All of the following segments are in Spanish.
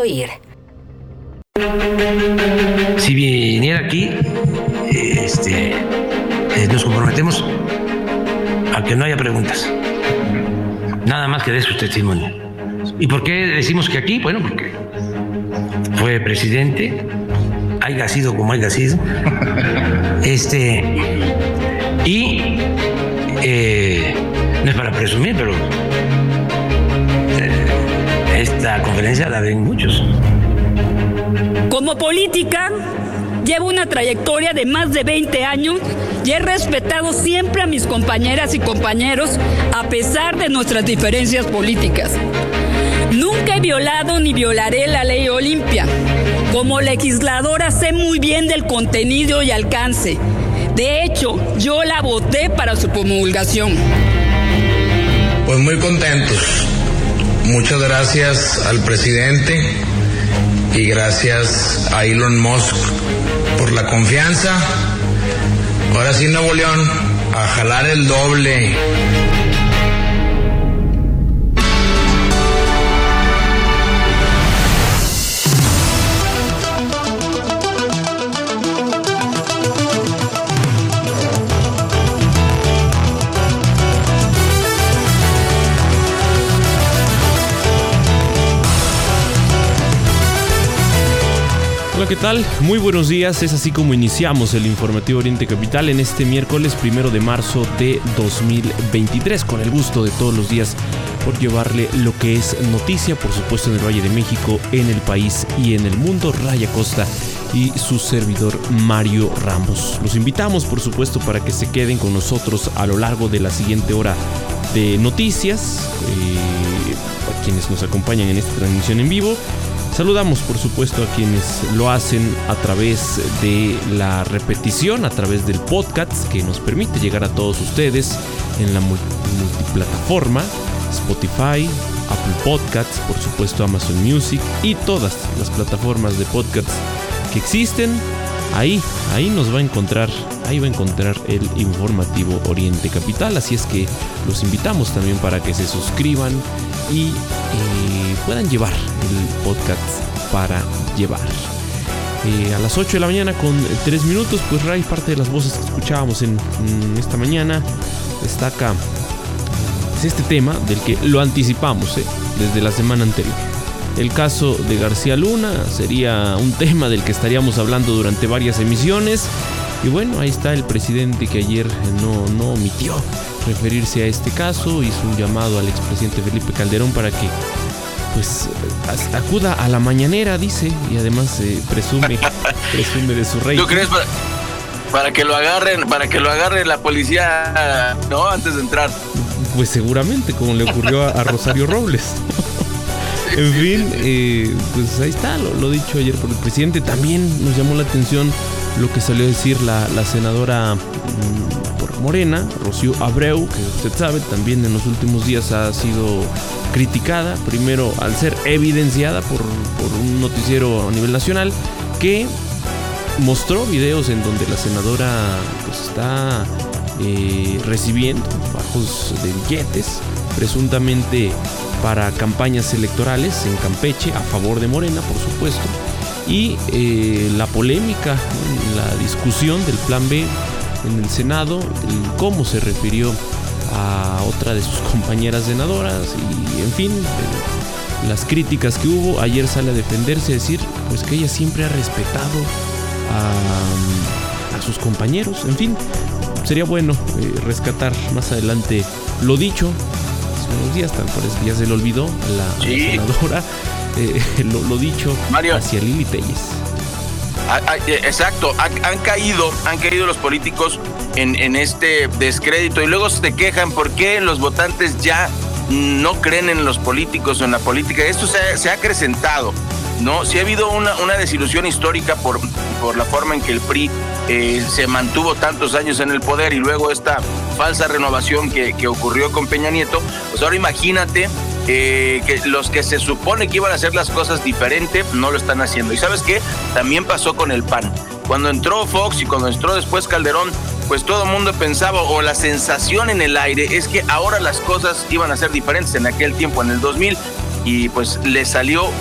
oír. Si viniera aquí, nos comprometemos a que no haya preguntas. Nada más que dé su testimonio. ¿Y por qué decimos que aquí? Bueno, porque fue presidente, haya sido como haya sido. Y no es para presumir, pero esta conferencia la ven muchos. Como política, llevo una trayectoria de más de 20 años y he respetado siempre a mis compañeras y compañeros a pesar de nuestras diferencias políticas. Nunca he violado ni violaré la ley Olimpia. Como legisladora sé muy bien del contenido y alcance. De hecho, yo la voté para su promulgación. Pues muy contentos. Muchas gracias al presidente y gracias a Elon Musk por la confianza. Ahora sí, Nuevo León, a jalar el doble. Hola, ¿qué tal? Muy buenos días, es así como iniciamos el informativo Oriente Capital en este miércoles 1 de marzo de 2023, con el gusto de todos los días por llevarle lo que es noticia, por supuesto en el Valle de México, en el país y en el mundo. Raya Costa y su servidor Mario Ramos. Los invitamos, por supuesto, para que se queden con nosotros a lo largo de la siguiente hora de noticias, a quienes nos acompañan en esta transmisión en vivo. Saludamos, por supuesto, a quienes lo hacen a través de la repetición, a través del podcast que nos permite llegar a todos ustedes en la multiplataforma, Spotify, Apple Podcasts, por supuesto Amazon Music y todas las plataformas de podcasts que existen. Ahí nos va a encontrar, ahí va a encontrar el informativo Oriente Capital, así es que los invitamos también para que se suscriban y puedan llevar el podcast para llevar. A las 8 de la mañana con 3 minutos, pues Ray, parte de las voces que escuchábamos en esta mañana, destaca este tema del que lo anticipamos desde la semana anterior. El caso de García Luna sería un tema del que estaríamos hablando durante varias emisiones. Y bueno, ahí está el presidente que ayer no omitió referirse a este caso. Hizo un llamado al expresidente Felipe Calderón para que pues acuda a la mañanera, dice, y además presume de su rey. ¿Tú crees para que lo agarre la policía, no, antes de entrar? Pues seguramente, como le ocurrió a Rosario Robles. En fin, pues ahí está, lo dicho ayer por el presidente. También nos llamó la atención lo que salió a decir la senadora por Morena, Rocío Abreu, que usted sabe, también en los últimos días ha sido criticada, primero al ser evidenciada por un noticiero a nivel nacional, que mostró videos en donde la senadora pues está recibiendo bajos de billetes, presuntamente para campañas electorales en Campeche, a favor de Morena, por supuesto. Y la polémica, la discusión del plan B en el Senado, cómo se refirió a otra de sus compañeras senadoras y, en fin, las críticas que hubo. Ayer sale a defenderse, a decir pues que ella siempre ha respetado a sus compañeros. En fin, sería bueno rescatar más adelante lo dicho hace unos días, tal parece que ya se le olvidó a la senadora. Lo dicho, Mario, hacia Lili Telles. Exacto, han caído los políticos en este descrédito y luego se quejan porque los votantes ya no creen en los políticos o en la política. Esto se ha acrecentado, ¿no? Sí ha habido una desilusión histórica por la forma en que el PRI se mantuvo tantos años en el poder y luego esta falsa renovación que ocurrió con Peña Nieto. Pues ahora imagínate que los que se supone que iban a hacer las cosas diferente no lo están haciendo. ¿Y sabes qué? También pasó con el PAN. Cuando entró Fox y cuando entró después Calderón, pues todo el mundo pensaba, o la sensación en el aire es que ahora las cosas iban a ser diferentes en aquel tiempo, en el 2000, y pues le salió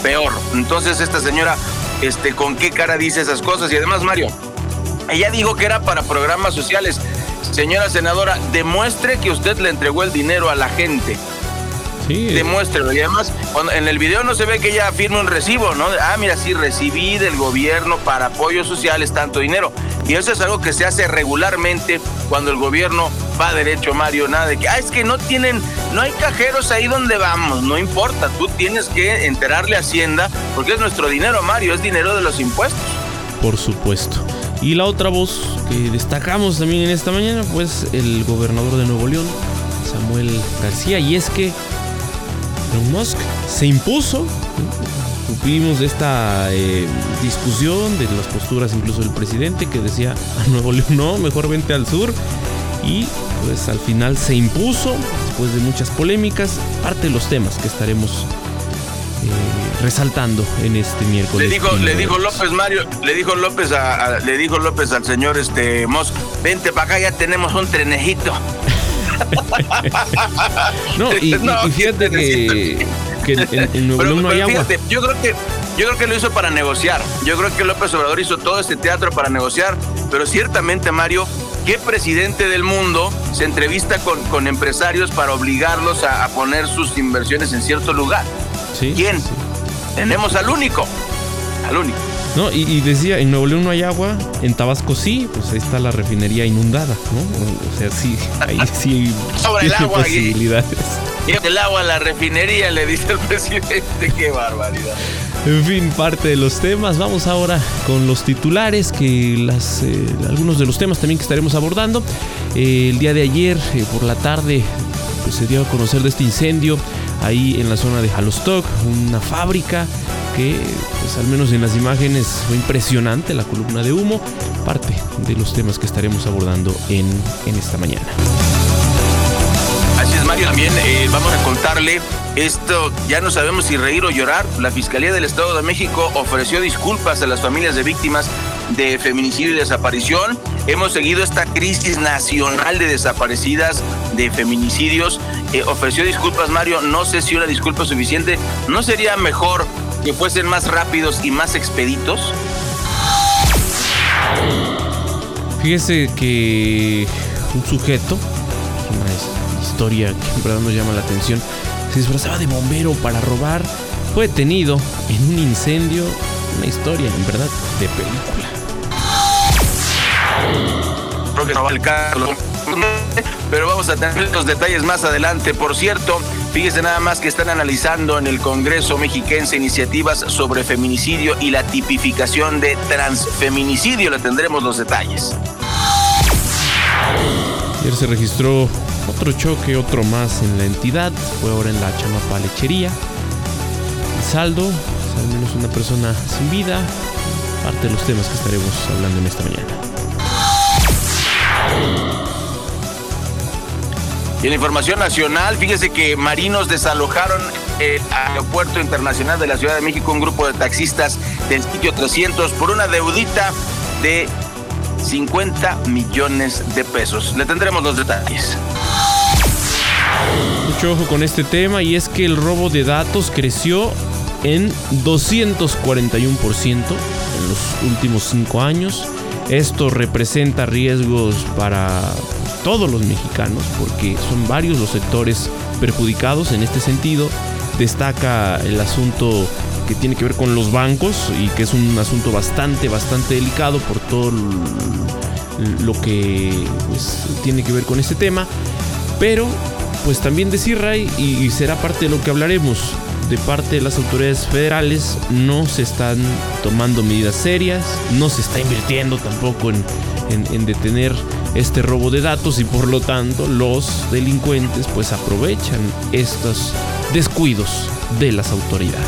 peor. Entonces esta señora, ¿con qué cara dice esas cosas? Y además, Mario, ella dijo que era para programas sociales. Señora senadora, demuestre que usted le entregó el dinero a la gente. Sí. Demuéstrelo. Y además, en el video no se ve que ella firme un recibo, ¿no? Mira, sí, recibí del gobierno para apoyos sociales tanto dinero. Y eso es algo que se hace regularmente cuando el gobierno va derecho, Mario. Nada de que, es que no hay cajeros ahí donde vamos. No importa, tú tienes que enterarle a Hacienda porque es nuestro dinero, Mario, es dinero de los impuestos. Por supuesto. Y la otra voz que destacamos también en esta mañana, pues el gobernador de Nuevo León, Samuel García, y es que Elon Musk se impuso. Supimos de esta discusión, de las posturas incluso del presidente que decía a Nuevo León no, mejor vente al sur, y pues al final se impuso después de muchas polémicas. Parte de los temas que estaremos resaltando en este miércoles. Le dijo López, Mario, le dijo López al señor Musk, vente para acá, ya tenemos un trenejito. No, y fíjate que en Nuevo León no hay agua. Fíjate, yo creo que lo hizo para negociar. Yo creo que López Obrador hizo todo este teatro para negociar, pero ciertamente, Mario, ¿qué presidente del mundo se entrevista con empresarios para obligarlos a poner sus inversiones en cierto lugar? ¿Sí? ¿Quién? Sí. Tenemos al único. No, y decía, en Nuevo León no hay agua, en Tabasco sí, pues ahí está la refinería inundada, ¿no? O sea, sí, ahí sí sobre el agua, posibilidades. Lleva el agua a la refinería, le dice el presidente, qué barbaridad. En fin, parte de los temas. Vamos ahora con los titulares, que algunos de los temas también que estaremos abordando. El día de ayer, por la tarde, pues se dio a conocer de este incendio ahí en la zona de Jalostoc, una fábrica que, pues al menos en las imágenes, fue impresionante la columna de humo. Parte de los temas que estaremos abordando en esta mañana. Así es, Mario, también vamos a contarle esto, ya no sabemos si reír o llorar. La Fiscalía del Estado de México ofreció disculpas a las familias de víctimas de feminicidio y desaparición. Hemos seguido esta crisis nacional de desaparecidas, de feminicidios. Ofreció disculpas, Mario, no sé si una disculpa es suficiente. ¿No sería mejor que fuesen más rápidos y más expeditos? Fíjese que un sujeto, una historia que en verdad nos llama la atención, se disfrazaba de bombero para robar, fue detenido en un incendio. Una historia en verdad de película. Creo que no va el caso, pero vamos a tener los detalles más adelante. Por cierto, fíjese nada más que están analizando en el Congreso mexiquense iniciativas sobre feminicidio y la tipificación de transfeminicidio. Le tendremos los detalles. Ayer se registró otro choque, otro más en la entidad. Fue ahora en la Chamapa Lechería. El saldo, al menos una persona sin vida. Parte de los temas que estaremos hablando en esta mañana. Y en la información nacional, fíjese que marinos desalojaron el aeropuerto internacional de la Ciudad de México, un grupo de taxistas del sitio 300 por una deudita de 50 millones de pesos. Le tendremos los detalles. Mucho ojo con este tema, y es que el robo de datos creció en 241% en los últimos 5 años. Esto representa riesgos para todos los mexicanos, porque son varios los sectores perjudicados en este sentido. Destaca el asunto que tiene que ver con los bancos, y que es un asunto bastante delicado por todo lo que pues tiene que ver con este tema. Pero pues también decir, Ray, y será parte de lo que hablaremos, de parte de las autoridades federales no se están tomando medidas serias, no se está invirtiendo tampoco en detener este robo de datos, y por lo tanto los delincuentes pues aprovechan estos descuidos de las autoridades.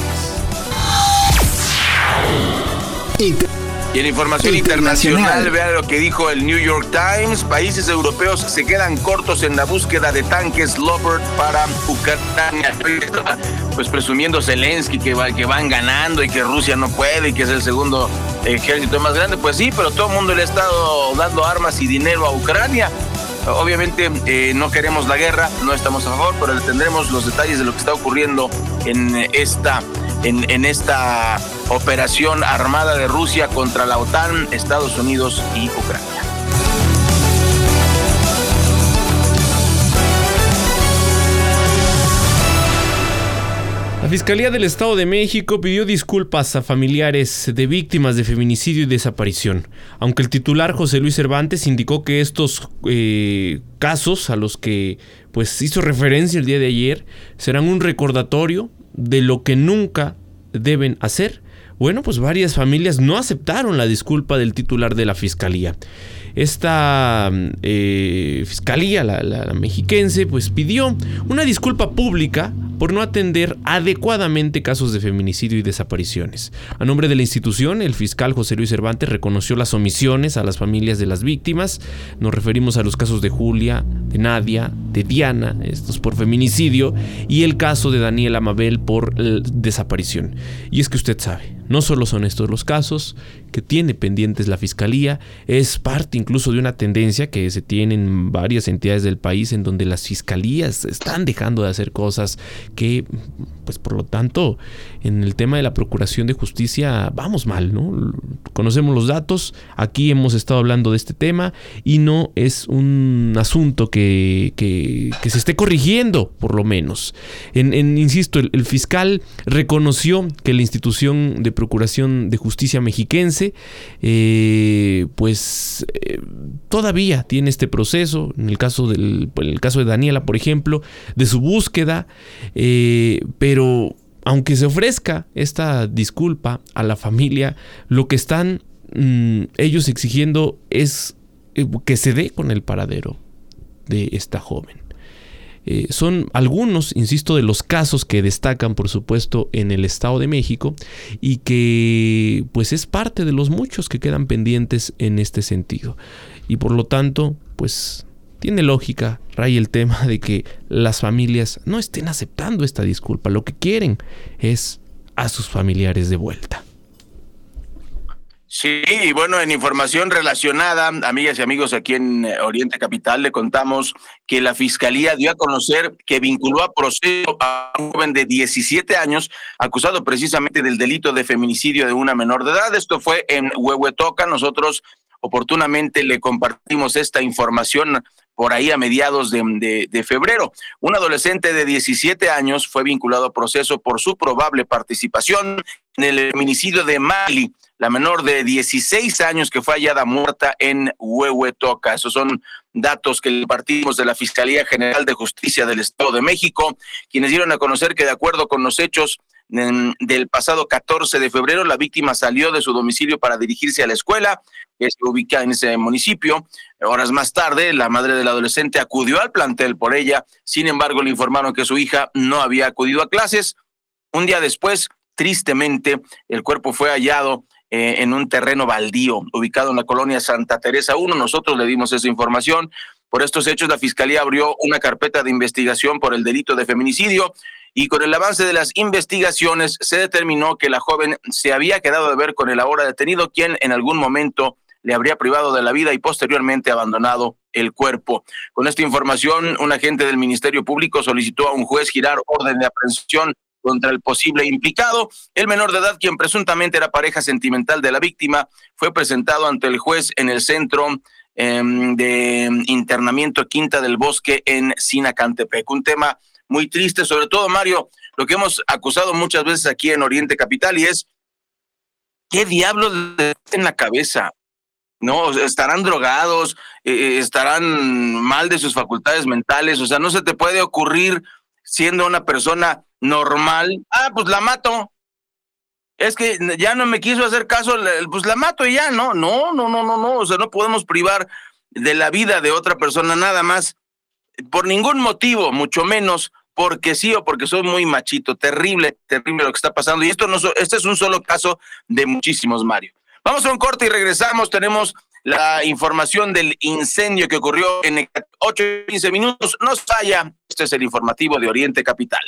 Y en información internacional, vea lo que dijo el New York Times. Países europeos se quedan cortos en la búsqueda de tanques Leopard para Ucrania. Pues presumiendo Zelensky que van ganando y que Rusia no puede y que es el segundo ejército más grande. Pues sí, pero todo el mundo le ha estado dando armas y dinero a Ucrania. Obviamente no queremos la guerra, no estamos a favor, pero tendremos los detalles de lo que está ocurriendo en esta en esta operación armada de Rusia contra la OTAN, Estados Unidos y Ucrania. La Fiscalía del Estado de México pidió disculpas a familiares de víctimas de feminicidio y desaparición, aunque el titular José Luis Cervantes indicó que estos casos a los que pues hizo referencia el día de ayer serán un recordatorio de lo que nunca deben hacer. Bueno, pues varias familias no aceptaron la disculpa del titular de la Fiscalía. Esta Fiscalía, la mexiquense, pues pidió una disculpa pública por no atender adecuadamente casos de feminicidio y desapariciones. A nombre de la institución, el fiscal José Luis Cervantes reconoció las omisiones a las familias de las víctimas. Nos referimos a los casos de Julia, de Nadia, de Diana, estos por feminicidio, y el caso de Daniela Mabel por desaparición. Y es que usted sabe, no solo son estos los casos que tiene pendientes la Fiscalía, es parte incluso de una tendencia que se tiene en varias entidades del país en donde las fiscalías están dejando de hacer cosas que, pues por lo tanto, en el tema de la procuración de justicia vamos mal, ¿no? Conocemos los datos, aquí hemos estado hablando de este tema y no es un asunto que se esté corrigiendo, por lo menos. Insisto, el fiscal reconoció que la institución de procuración de justicia mexiquense todavía tiene este proceso, en el caso de Daniela, por ejemplo, de su búsqueda, pero aunque se ofrezca esta disculpa a la familia, lo que están ellos exigiendo es que se dé con el paradero de esta joven. Son algunos, insisto, de los casos que destacan, por supuesto, en el Estado de México y que pues es parte de los muchos que quedan pendientes en este sentido. Y por lo tanto, pues tiene lógica, Ray, el tema de que las familias no estén aceptando esta disculpa. Lo que quieren es a sus familiares de vuelta. Sí, y bueno, en información relacionada, amigas y amigos, aquí en Oriente Capital le contamos que la Fiscalía dio a conocer que vinculó a proceso a un joven de 17 años acusado precisamente del delito de feminicidio de una menor de edad. Esto fue en Huehuetoca. Nosotros oportunamente le compartimos esta información por ahí a mediados de febrero. Un adolescente de 17 años fue vinculado a proceso por su probable participación en el feminicidio de Mali, la menor de 16 años que fue hallada muerta en Huehuetoca. Esos son datos que compartimos de la Fiscalía General de Justicia del Estado de México, quienes dieron a conocer que de acuerdo con los hechos del pasado 14 de febrero, la víctima salió de su domicilio para dirigirse a la escuela que se ubica en ese municipio. Horas más tarde, la madre del adolescente acudió al plantel por ella. Sin embargo, le informaron que su hija no había acudido a clases. Un día después, tristemente, el cuerpo fue hallado en un terreno baldío ubicado en la colonia Santa Teresa 1. Nosotros le dimos esa información. Por estos hechos, la Fiscalía abrió una carpeta de investigación por el delito de feminicidio y con el avance de las investigaciones se determinó que la joven se había quedado de ver con el ahora detenido, quien en algún momento le habría privado de la vida y posteriormente abandonado el cuerpo. Con esta información, un agente del Ministerio Público solicitó a un juez girar orden de aprehensión contra el posible implicado. El menor de edad, quien presuntamente era pareja sentimental de la víctima, fue presentado ante el juez en el centro de internamiento Quinta del Bosque en Sinacantepec. Un tema muy triste, sobre todo, Mario, lo que hemos acusado muchas veces aquí en Oriente Capital, y es ¿qué diablos les en la cabeza? ¿No? ¿Estarán drogados? ¿Estarán mal de sus facultades mentales? O sea, no se te puede ocurrir, siendo una persona normal, pues la mato. Es que ya no me quiso hacer caso, pues la mato y ya, no, o sea, no podemos privar de la vida de otra persona nada más, por ningún motivo, mucho menos porque sí o porque soy muy machito. Terrible lo que está pasando, y este es un solo caso de muchísimos, Mario. Vamos a un corte y regresamos. Tenemos la información del incendio que ocurrió en 8:15 minutos. No se vaya, este es el informativo de Oriente Capital.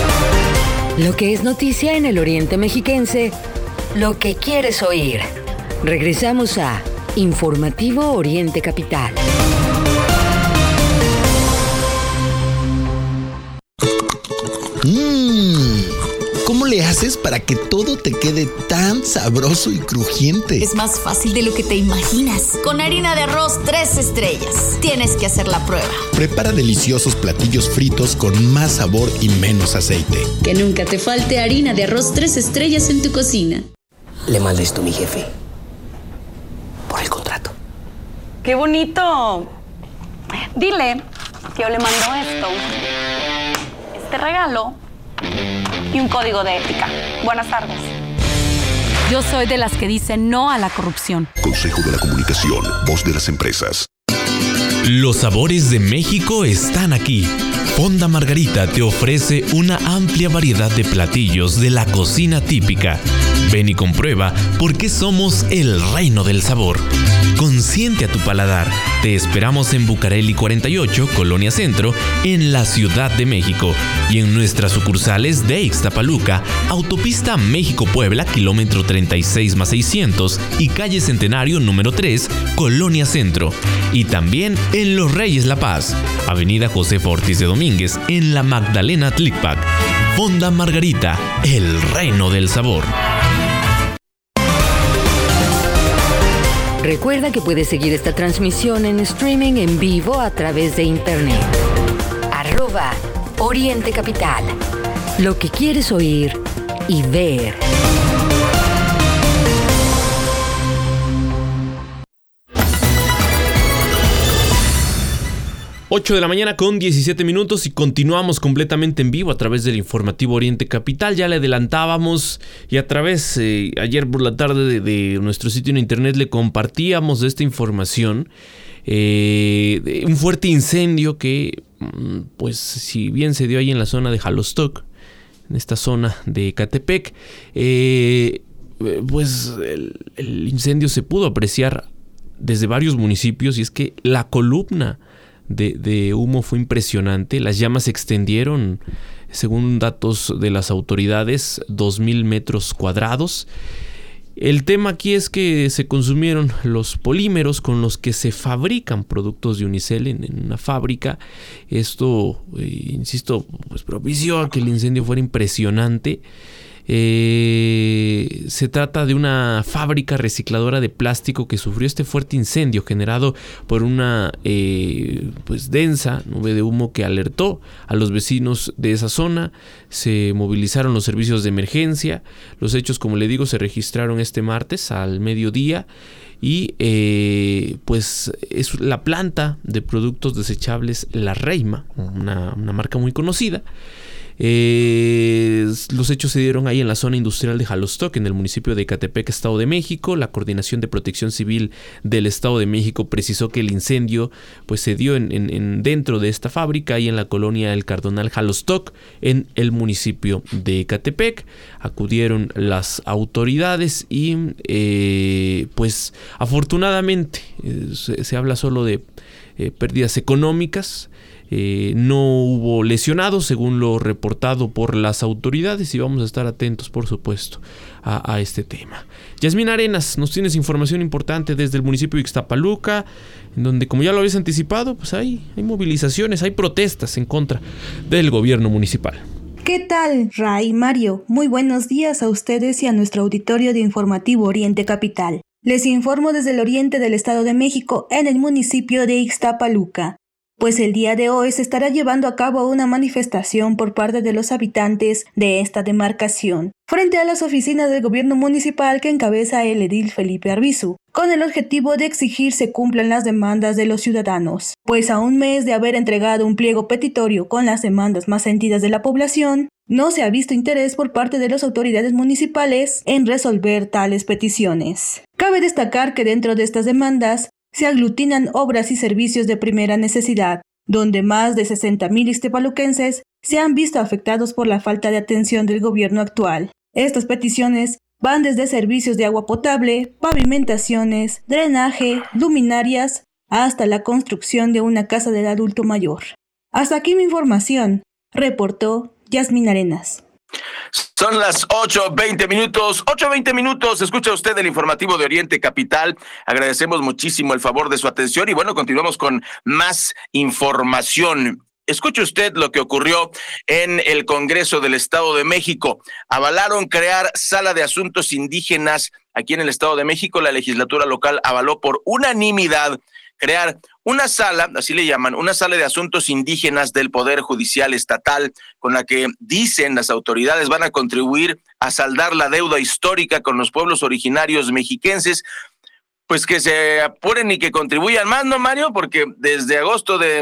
Lo que es noticia en el Oriente Mexiquense, lo que quieres oír. Regresamos a Informativo Oriente Capital. ¿Cómo le haces para que todo te quede tan sabroso y crujiente? Es más fácil de lo que te imaginas. Con harina de arroz 3 estrellas. Tienes que hacer la prueba. Prepara deliciosos platillos fritos con más sabor y menos aceite. Que nunca te falte harina de arroz 3 estrellas en tu cocina. Le mando esto a mi jefe. Por el contrato. ¡Qué bonito! Dile que yo le mando esto, este regalo y un código de ética. Buenas tardes. Yo soy de las que dicen no a la corrupción. Consejo de la Comunicación, voz de las empresas. Los sabores de México están aquí. Fonda Margarita te ofrece una amplia variedad de platillos de la cocina típica. Ven y comprueba por qué somos el reino del sabor. Consiente a tu paladar. Te esperamos en Bucareli 48, Colonia Centro, en la Ciudad de México. Y en nuestras sucursales de Ixtapaluca, Autopista México-Puebla, kilómetro 36+600 y Calle Centenario número 3, Colonia Centro. Y también en Los Reyes La Paz, Avenida Josefa Ortiz de Domínguez, en la Magdalena Tlicpac. Fonda Margarita, el reino del sabor. Recuerda que puedes seguir esta transmisión en streaming en vivo a través de internet. @Oriente Capital. Lo que quieres oír y ver. Ocho de la mañana con 17 minutos y continuamos completamente en vivo a través del Informativo Oriente Capital. Ya le adelantábamos y a través, ayer por la tarde de nuestro sitio en internet le compartíamos de esta información. De un fuerte incendio que, pues si bien se dio ahí en la zona de Jalostoc, en esta zona de Ecatepec, pues el incendio se pudo apreciar desde varios municipios y es que la columna de humo fue impresionante. Las llamas se extendieron, según datos de las autoridades, 2,000 metros cuadrados. El tema aquí es que se consumieron los polímeros con los que se fabrican productos de unicel en una fábrica. Esto, insisto, pues propició a que el incendio fuera impresionante. Se trata de una fábrica recicladora de plástico que sufrió este fuerte incendio generado por una pues densa nube de humo que alertó a los vecinos de esa zona. Se movilizaron los servicios de emergencia. Los hechos, como le digo, se registraron este martes al mediodía. Y pues es la planta de productos desechables La Reima, una marca muy conocida. Los hechos se dieron ahí en la zona industrial de Jalostoc, en el municipio de Ecatepec, Estado de México. La Coordinación de Protección Civil del Estado de México precisó que el incendio pues se dio dentro de esta fábrica, ahí en la colonia El Cardonal Jalostoc, en el municipio de Ecatepec. Acudieron las autoridades y pues afortunadamente se habla solo de pérdidas económicas. No hubo lesionados según lo reportado por las autoridades y vamos a estar atentos, por supuesto, a este tema. Yasmín Arenas, nos tienes información importante desde el municipio de Ixtapaluca, en donde, como ya lo habías anticipado, pues hay movilizaciones, hay protestas en contra del gobierno municipal. ¿Qué tal, Ray, Mario? Muy buenos días a ustedes y a nuestro auditorio de Informativo Oriente Capital. Les informo desde el oriente del Estado de México, en el municipio de Ixtapaluca. Pues el día de hoy se estará llevando a cabo una manifestación por parte de los habitantes de esta demarcación, frente a las oficinas del gobierno municipal que encabeza el edil Felipe Arbizu, con el objetivo de exigir se cumplan las demandas de los ciudadanos. Pues a un mes de haber entregado un pliego petitorio con las demandas más sentidas de la población, no se ha visto interés por parte de las autoridades municipales en resolver tales peticiones. Cabe destacar que dentro de estas demandas se aglutinan obras y servicios de primera necesidad, donde más de 60,000 ixtapaluquenses se han visto afectados por la falta de atención del gobierno actual. Estas peticiones van desde servicios de agua potable, pavimentaciones, drenaje, luminarias, hasta la construcción de una casa del adulto mayor. Hasta aquí mi información, reportó Yasmín Arenas. Son las 8:20 minutos. 8:20 minutos. Escucha usted el informativo de Oriente Capital. Agradecemos muchísimo el favor de su atención y bueno, continuamos con más información. Escuche usted lo que ocurrió en el Congreso del Estado de México. Avalaron crear sala de asuntos indígenas aquí en el Estado de México. La legislatura local avaló por unanimidad crear una sala, así le llaman, una sala de asuntos indígenas del Poder Judicial Estatal, con la que dicen las autoridades van a contribuir a saldar la deuda histórica con los pueblos originarios mexiquenses. Pues que se apuren y que contribuyan más, ¿no, Mario? Porque desde agosto de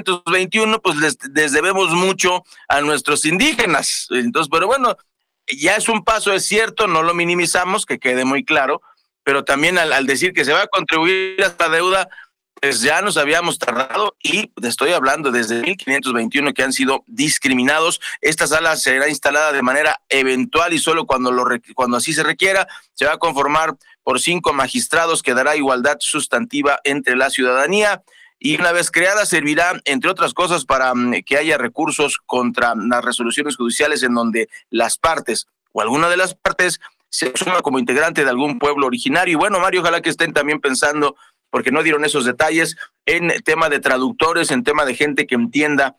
1521, pues les debemos mucho a nuestros indígenas. Entonces, pero bueno, ya es un paso, es cierto, no lo minimizamos, que quede muy claro, pero también al decir que se va a contribuir a esta deuda, pues ya nos habíamos tardado y estoy hablando desde 1521 que han sido discriminados. Esta sala será instalada de manera eventual y solo cuando así se requiera. Se va a conformar por 5 magistrados que dará igualdad sustantiva entre la ciudadanía y una vez creada servirá, entre otras cosas, para que haya recursos contra las resoluciones judiciales en donde las partes o alguna de las partes se asuma como integrante de algún pueblo originario. Y bueno, Mario, ojalá que estén también pensando, porque no dieron esos detalles, en tema de traductores, en tema de gente que entienda,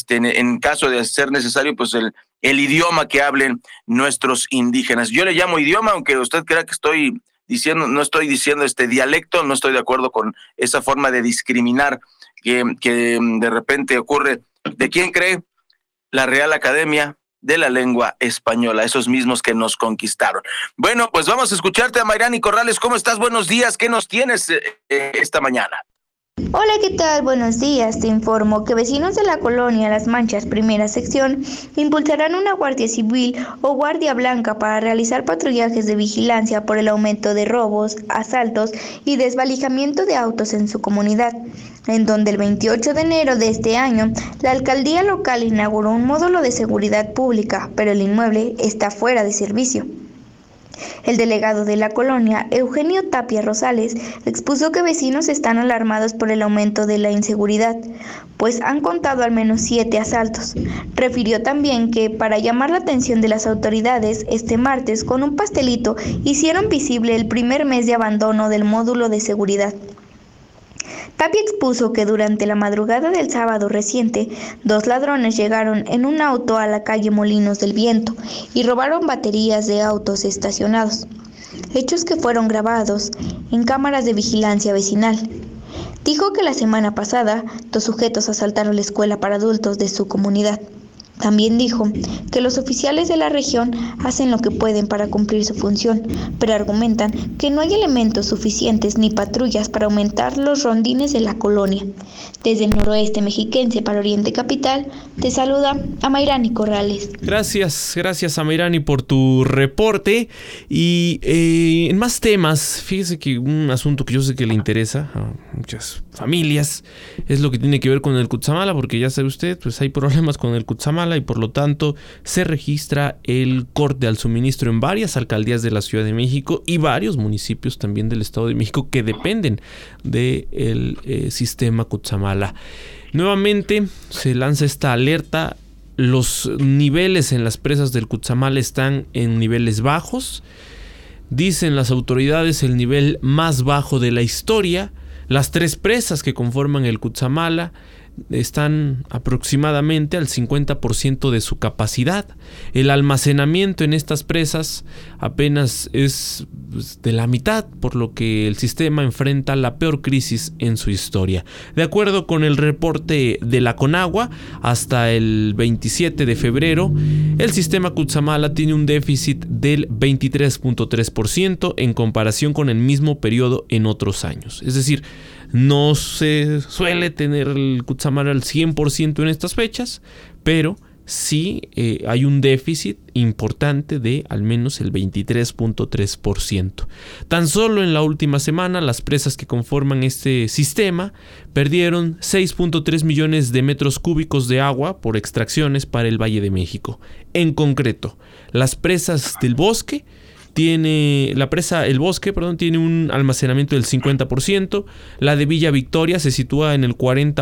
en caso de ser necesario, pues el idioma que hablen nuestros indígenas. Yo le llamo idioma, aunque usted crea que estoy diciendo, no estoy diciendo dialecto, no estoy de acuerdo con esa forma de discriminar que de repente ocurre. ¿De quién cree? La Real Academia de la Lengua Española, esos mismos que nos conquistaron. Bueno, pues vamos a escucharte a Mayrani Corrales. ¿Cómo estás? Buenos días. ¿Qué nos tienes esta mañana? Hola, ¿qué tal? Buenos días. Te informo que vecinos de la colonia Las Manchas, primera sección, impulsarán una guardia civil o guardia blanca para realizar patrullajes de vigilancia por el aumento de robos, asaltos y desvalijamiento de autos en su comunidad, en donde el 28 de enero de este año, la alcaldía local inauguró un módulo de seguridad pública, pero el inmueble está fuera de servicio. El delegado de la colonia, Eugenio Tapia Rosales, expuso que vecinos están alarmados por el aumento de la inseguridad, pues han contado al menos 7 asaltos. Refirió también que, para llamar la atención de las autoridades, este martes, con un pastelito, hicieron visible el primer mes de abandono del módulo de seguridad. Tapia expuso que durante la madrugada del sábado reciente, 2 ladrones llegaron en un auto a la calle Molinos del Viento y robaron baterías de autos estacionados, hechos que fueron grabados en cámaras de vigilancia vecinal. Dijo que la semana pasada, 2 sujetos asaltaron la escuela para adultos de su comunidad. También dijo que los oficiales de la región hacen lo que pueden para cumplir su función, pero argumentan que no hay elementos suficientes ni patrullas para aumentar los rondines de la colonia. Desde el noroeste mexiquense para Oriente Capital, te saluda Amairani Corrales. Gracias Amairani por tu reporte. Y en más temas, fíjese que un asunto que yo sé que le interesa a muchas familias es lo que tiene que ver con el Cutzamala, porque ya sabe usted, pues hay problemas con el Cutzamala y por lo tanto se registra el corte al suministro en varias alcaldías de la Ciudad de México y varios municipios también del Estado de México que dependen del sistema Cutzamala. Nuevamente se lanza esta alerta. Los niveles en las presas del Cutzamala están en niveles bajos. Dicen las autoridades el nivel más bajo de la historia. Las 3 presas que conforman el Cutzamala están aproximadamente al 50% de su capacidad. El almacenamiento en estas presas apenas es de la mitad, por lo que el sistema enfrenta la peor crisis en su historia. De acuerdo con el reporte de la Conagua, hasta el 27 de febrero, el sistema Cutzamala tiene un déficit del 23.3% en comparación con el mismo periodo en otros años. Es decir, no se suele tener el Cutzamala al 100% en estas fechas, pero sí hay un déficit importante de al menos el 23.3%. Tan solo en la última semana, las presas que conforman este sistema perdieron 6.3 millones de metros cúbicos de agua por extracciones para el Valle de México. En concreto, las presas del Bosque tiene la presa El Bosque, tiene un almacenamiento del 50%, la de Villa Victoria se sitúa en el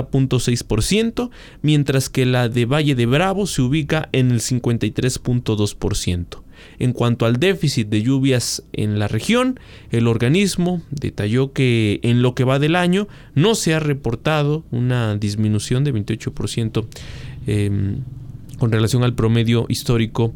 40.6%, mientras que la de Valle de Bravo se ubica en el 53.2%. En cuanto al déficit de lluvias en la región, el organismo detalló que en lo que va del año no se ha reportado una disminución de 28% con relación al promedio histórico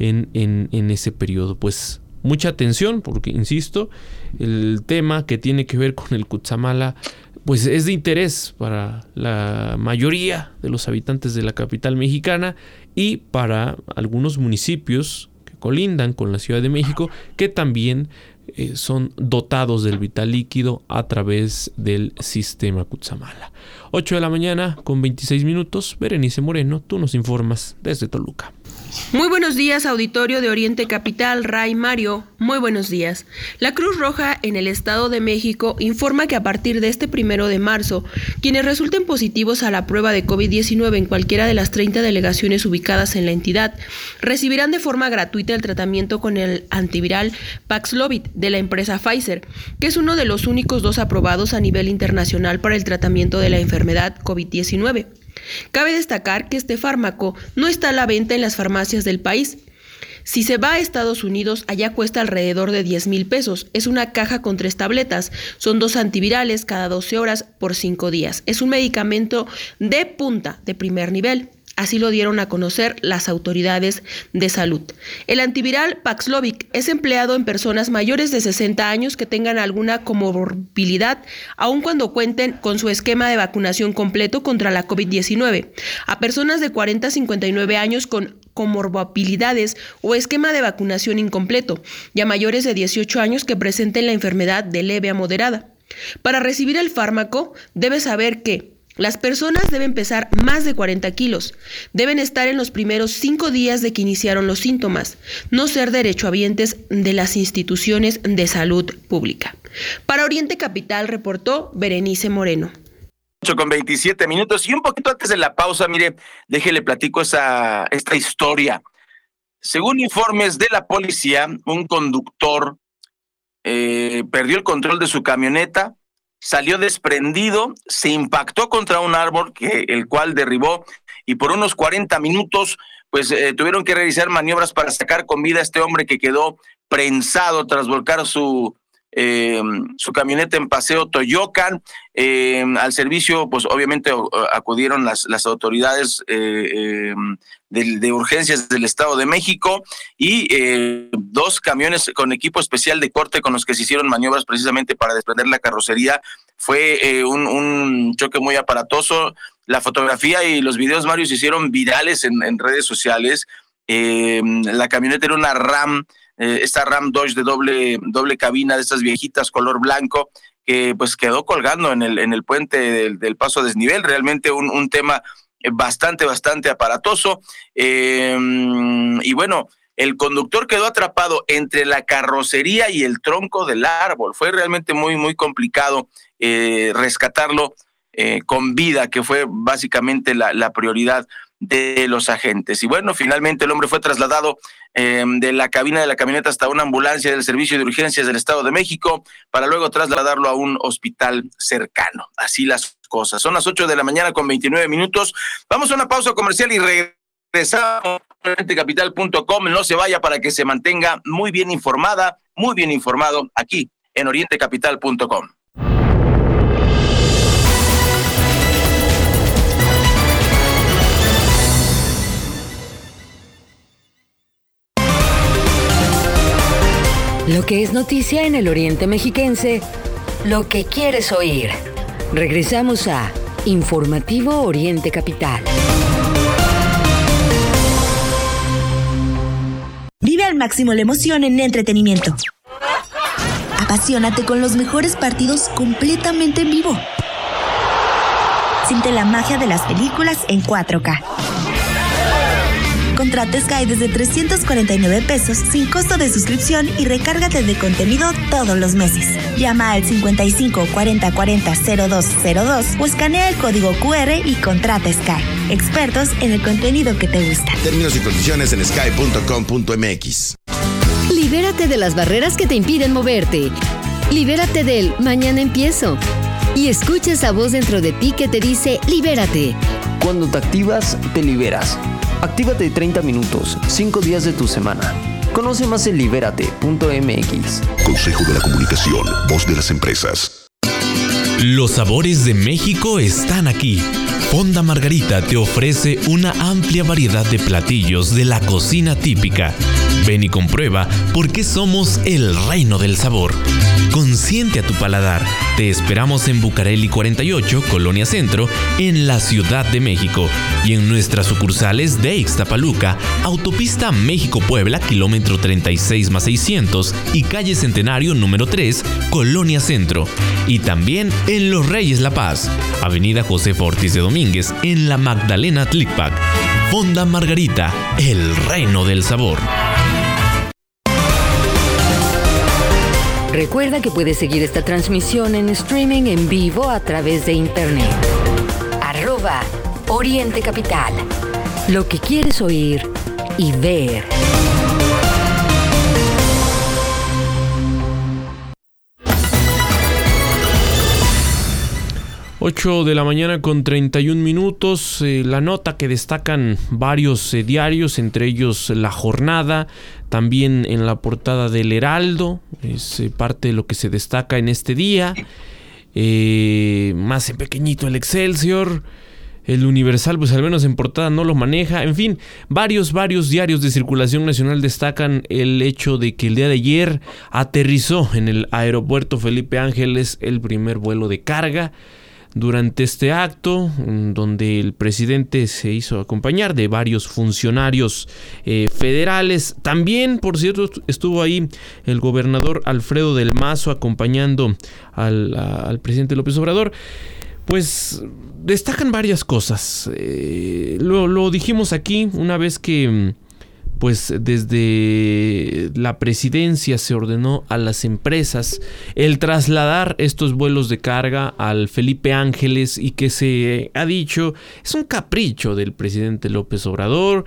en ese periodo. Pues mucha atención, porque insisto, el tema que tiene que ver con el Cutzamala pues es de interés para la mayoría de los habitantes de la capital mexicana y para algunos municipios que colindan con la Ciudad de México, que también son dotados del vital líquido a través del sistema Cutzamala. 8 de la mañana con 26 minutos. Berenice Moreno, tú nos informas desde Toluca. Muy buenos días, auditorio de Oriente Capital. Ray Mario, muy buenos días. La Cruz Roja en el Estado de México informa que a partir de este 1 de marzo, quienes resulten positivos a la prueba de COVID-19 en cualquiera de las 30 delegaciones ubicadas en la entidad, recibirán de forma gratuita el tratamiento con el antiviral Paxlovid de la empresa Pfizer, que es uno de los únicos 2 aprobados a nivel internacional para el tratamiento de la enfermedad COVID-19. Cabe destacar que este fármaco no está a la venta en las farmacias del país. Si se va a Estados Unidos, allá cuesta alrededor de 10,000 pesos. Es una caja con 3 tabletas. Son 2 antivirales cada 12 horas por 5 días. Es un medicamento de punta, de primer nivel. Así lo dieron a conocer las autoridades de salud. El antiviral Paxlovid es empleado en personas mayores de 60 años que tengan alguna comorbilidad, aun cuando cuenten con su esquema de vacunación completo contra la COVID-19. A personas de 40 a 59 años con comorbilidades o esquema de vacunación incompleto, y a mayores de 18 años que presenten la enfermedad de leve a moderada. Para recibir el fármaco, debes saber que las personas deben pesar más de 40 kilos, deben estar en los primeros 5 días de que iniciaron los síntomas, no ser derechohabientes de las instituciones de salud pública. Para Oriente Capital reportó Berenice Moreno. 8:27 minutos y un poquito antes de la pausa, mire, déjele platico esta historia. Según informes de la policía, un conductor perdió el control de su camioneta, salió desprendido, se impactó contra un árbol el cual derribó, y por unos 40 minutos pues tuvieron que realizar maniobras para sacar con vida a este hombre que quedó prensado tras volcar su camioneta en Paseo Toyocan. Al servicio pues obviamente acudieron las autoridades de urgencias del Estado de México y 2 camiones con equipo especial de corte con los que se hicieron maniobras precisamente para desprender la carrocería. Fue un choque muy aparatoso. La fotografía y los videos, Mario, se hicieron virales en redes sociales. La camioneta era una Ram, esta Ram Dodge de doble cabina, de estas viejitas color blanco, que pues quedó colgando en el puente del paso a desnivel. Realmente un tema bastante aparatoso. Y bueno, el conductor quedó atrapado entre la carrocería y el tronco del árbol. Fue realmente muy complicado rescatarlo con vida, que fue básicamente la prioridad de los agentes. Y bueno, finalmente el hombre fue trasladado de la cabina de la camioneta hasta una ambulancia del Servicio de Urgencias del Estado de México para luego trasladarlo a un hospital cercano. Así las cosas. Son las 8 de la mañana con 29 minutos. Vamos a una pausa comercial y regresamos a orientecapital.com. No se vaya para que se mantenga muy bien informado aquí en orientecapital.com. Lo que es noticia en el Oriente Mexiquense, lo que quieres oír. Regresamos a Informativo Oriente Capital. Vive al máximo la emoción en entretenimiento. Apasionate con los mejores partidos completamente en vivo. Siente la magia de las películas en 4K. Contrata Sky desde 349 pesos sin costo de suscripción y recárgate de contenido todos los meses. Llama al 55 40 40 0202 o escanea el código QR y contrata Sky. Expertos en el contenido que te gusta. Términos y condiciones en sky.com.mx. Libérate de las barreras que te impiden moverte. Libérate del mañana empiezo. Y escucha esa voz dentro de ti que te dice libérate. Cuando te activas, te liberas. Actívate 30 minutos, 5 días de tu semana. Conoce más en libérate.mx. Consejo de la Comunicación, voz de las empresas. Los sabores de México están aquí. Fonda Margarita te ofrece una amplia variedad de platillos de la cocina típica. Ven y comprueba por qué somos el reino del sabor. Consiente a tu paladar. Te esperamos en Bucareli 48, Colonia Centro, en la Ciudad de México. Y en nuestras sucursales de Ixtapaluca, Autopista México-Puebla, kilómetro 36+600 y Calle Centenario número 3, Colonia Centro. Y también en Los Reyes La Paz, Avenida Josefa Ortiz de Domínguez, en la Magdalena Tlicpac. Fonda Margarita, el reino del sabor. Recuerda que puedes seguir esta transmisión en streaming en vivo a través de internet. @Oriente Capital. Lo que quieres oír y ver. Ocho de la mañana con 31 minutos. La nota que destacan varios diarios, entre ellos La Jornada, también en la portada del Heraldo, es parte de lo que se destaca en este día. Más en pequeñito el Excelsior. El Universal, pues al menos en portada no lo maneja. En fin, varios diarios de circulación nacional destacan el hecho de que el día de ayer aterrizó en el aeropuerto Felipe Ángeles el primer vuelo de carga. Durante este acto, donde el presidente se hizo acompañar de varios funcionarios federales. También, por cierto, estuvo ahí el gobernador Alfredo del Mazo acompañando al presidente López Obrador. Pues destacan varias cosas. Lo dijimos aquí una vez que pues desde la presidencia se ordenó a las empresas el trasladar estos vuelos de carga al Felipe Ángeles, y que se ha dicho es un capricho del presidente López Obrador.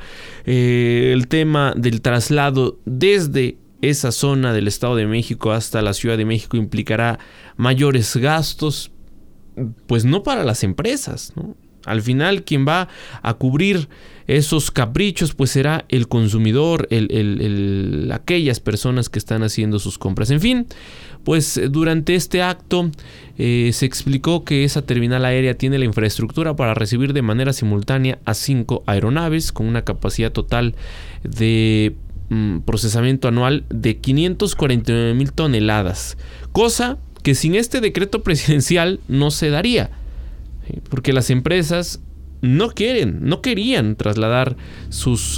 El tema del traslado desde esa zona del Estado de México hasta la Ciudad de México implicará mayores gastos, pues no para las empresas, ¿no? Al final, quien va a cubrir esos caprichos, pues será el consumidor, aquellas personas que están haciendo sus compras. En fin, pues durante este acto se explicó que esa terminal aérea tiene la infraestructura para recibir de manera simultánea a 5 aeronaves con una capacidad total de procesamiento anual de 549,000 toneladas, cosa que sin este decreto presidencial no se daría, porque las empresas no querían trasladar sus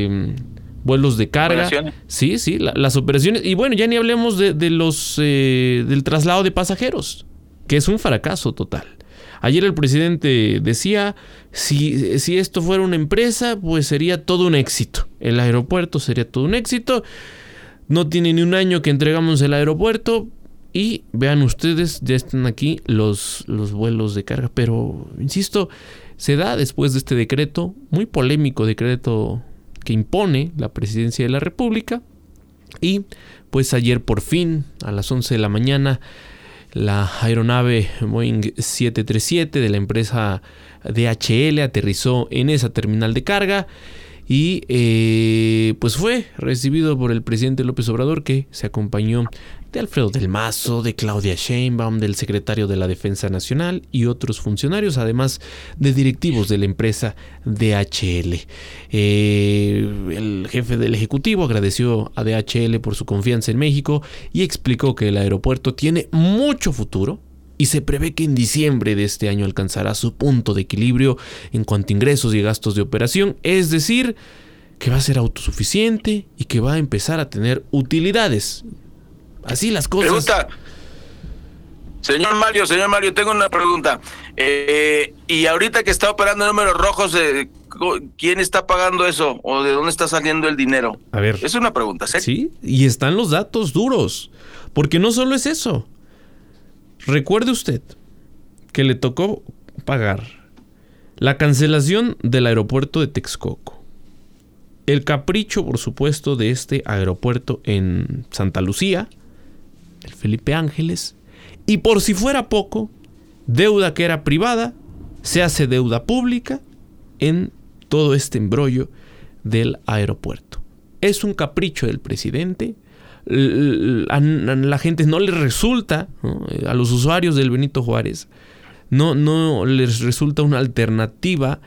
vuelos de carga. ¿Operaciones? Sí, las operaciones. Y bueno, ya ni hablemos de del traslado de pasajeros, que es un fracaso total. Ayer el presidente decía, si esto fuera una empresa, pues sería todo un éxito. El aeropuerto sería todo un éxito. No tiene ni un año que entregamos el aeropuerto. Y vean ustedes, ya están aquí los vuelos de carga. Pero, insisto, se da después de este decreto, muy polémico decreto que impone la presidencia de la República. Y pues ayer por fin, a las 11 de la mañana, la aeronave Boeing 737 de la empresa DHL aterrizó en esa terminal de carga. Y pues fue recibido por el presidente López Obrador, que se acompañó de Alfredo del Mazo, de Claudia Sheinbaum, del secretario de la Defensa Nacional y otros funcionarios, además de directivos de la empresa DHL. El jefe del Ejecutivo agradeció a DHL por su confianza en México y explicó que el aeropuerto tiene mucho futuro y se prevé que en diciembre de este año alcanzará su punto de equilibrio en cuanto a ingresos y gastos de operación, es decir, que va a ser autosuficiente y que va a empezar a tener utilidades. Así las cosas. Pregunta. Señor Mario, tengo una pregunta. Y ahorita que está operando números rojos, ¿quién está pagando eso? ¿O de dónde está saliendo el dinero? A ver. Es una pregunta, ¿sí? Sí, y están los datos duros. Porque no solo es eso. Recuerde usted que le tocó pagar la cancelación del aeropuerto de Texcoco, el capricho, por supuesto, de este aeropuerto en Santa Lucía, el Felipe Ángeles, y por si fuera poco, deuda que era privada se hace deuda pública en todo este embrollo del aeropuerto. Es un capricho del presidente. A la gente no les resulta, ¿no? A los usuarios del Benito Juárez no les resulta una alternativa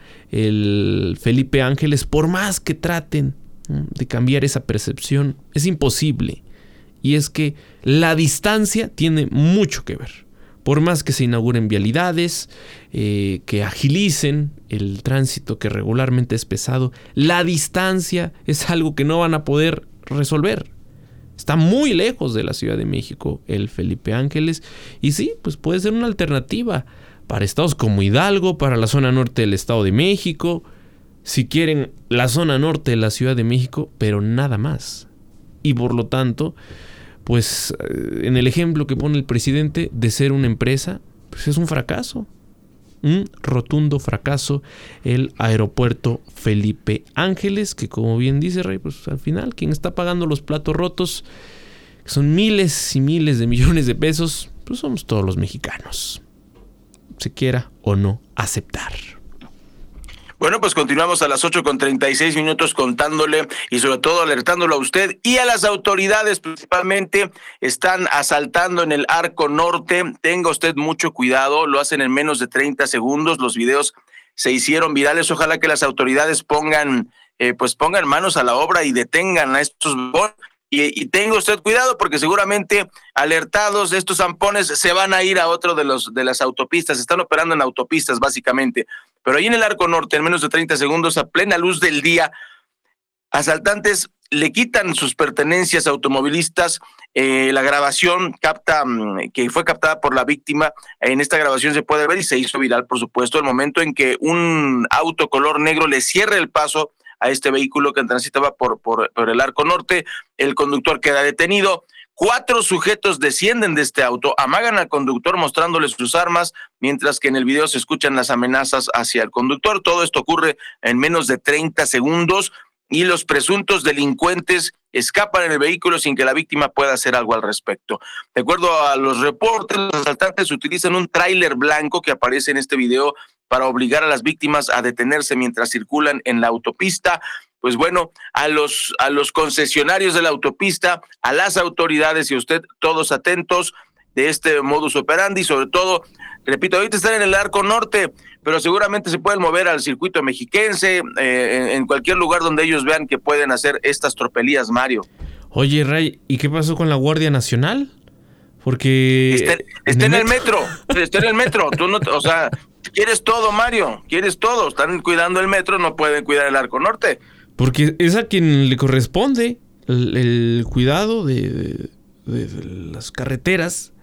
el Felipe Ángeles, por más que traten, ¿no?, de cambiar esa percepción. Es imposible. Y es que la distancia tiene mucho que ver. Por más que se inauguren vialidades, que agilicen el tránsito que regularmente es pesado, la distancia es algo que no van a poder resolver. Está muy lejos de la Ciudad de México el Felipe Ángeles. Y sí, pues puede ser una alternativa para estados como Hidalgo, para la zona norte del Estado de México, si quieren la zona norte de la Ciudad de México, pero nada más. Y por lo tanto, pues en el ejemplo que pone el presidente de ser una empresa, pues es un fracaso. Un rotundo fracaso el aeropuerto Felipe Ángeles, que como bien dice Rey, pues al final quien está pagando los platos rotos, que son miles y miles de millones de pesos, pues somos todos los mexicanos, se quiera o no aceptar. Bueno, pues continuamos a las 8:36 contándole y sobre todo alertándolo a usted y a las autoridades principalmente. Están asaltando en el Arco Norte. Tenga usted mucho cuidado, lo hacen en menos de 30 segundos. Los videos se hicieron virales. Ojalá que las autoridades pongan manos a la obra y detengan a estos bots. Y tenga usted cuidado porque seguramente alertados estos zampones se van a ir a otro de las autopistas. Están operando en autopistas básicamente. Pero ahí en el Arco Norte, en menos de 30 segundos, a plena luz del día, asaltantes le quitan sus pertenencias automovilistas. La grabación que fue captada por la víctima. En esta grabación se puede ver y se hizo viral, por supuesto, el momento en que un auto color negro le cierra el paso a este vehículo que transitaba por el Arco Norte. El conductor queda detenido. 4 sujetos descienden de este auto, amagan al conductor mostrándoles sus armas, mientras que en el video se escuchan las amenazas hacia el conductor. Todo esto ocurre en menos de 30 segundos y los presuntos delincuentes escapan en el vehículo sin que la víctima pueda hacer algo al respecto. De acuerdo a los reportes, los asaltantes utilizan un tráiler blanco que aparece en este video para obligar a las víctimas a detenerse mientras circulan en la autopista. Pues bueno, a los concesionarios de la autopista, a las autoridades y a usted, todos atentos de este modus operandi, sobre todo, repito, ahorita están en el Arco Norte, pero seguramente se pueden mover al circuito mexiquense, en cualquier lugar donde ellos vean que pueden hacer estas tropelías, Mario. Oye, Ray, ¿y qué pasó con la Guardia Nacional? Porque... Está en el metro, está en el metro, tú no, o sea, quieres todo, Mario, quieres todo, están cuidando el metro, no pueden cuidar el Arco Norte. Porque es a quien le corresponde el cuidado de las carreteras.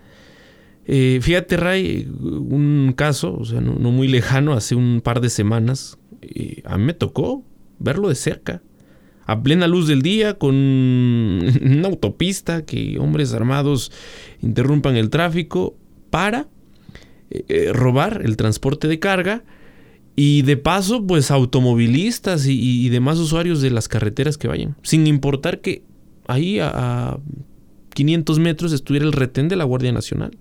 Fíjate, Ray, un caso, o sea, no muy lejano, hace un par de semanas, a mí me tocó verlo de cerca, a plena luz del día, con una autopista, que hombres armados interrumpan el tráfico para robar el transporte de carga. Y de paso, pues automovilistas y demás usuarios de las carreteras que vayan. Sin importar que ahí a 500 metros estuviera el retén de la Guardia Nacional.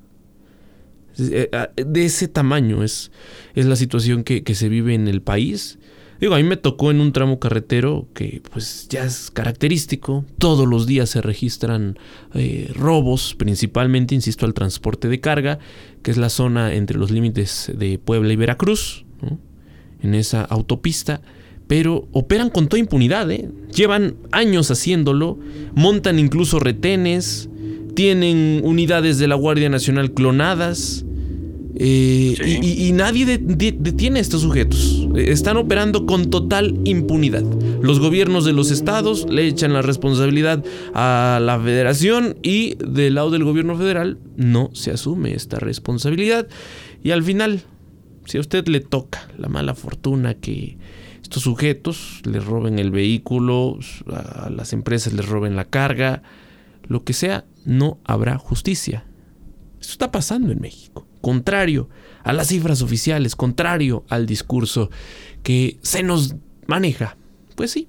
De ese tamaño es la situación que se vive en el país. Digo, a mí me tocó en un tramo carretero que pues ya es característico. Todos los días se registran robos, principalmente, insisto, al transporte de carga, que es la zona entre los límites de Puebla y Veracruz, ¿no? En esa autopista, pero operan con toda impunidad, Llevan años haciéndolo, montan incluso retenes, tienen unidades de la Guardia Nacional clonadas, sí. y nadie detiene a estos sujetos. Están operando con total impunidad. Los gobiernos de los estados le echan la responsabilidad a la federación y del lado del gobierno federal no se asume esta responsabilidad. Y al final, si a usted le toca la mala fortuna que estos sujetos les roben el vehículo, a las empresas les roben la carga, lo que sea, no habrá justicia. Esto está pasando en México. Contrario a las cifras oficiales, contrario al discurso que se nos maneja. Pues sí,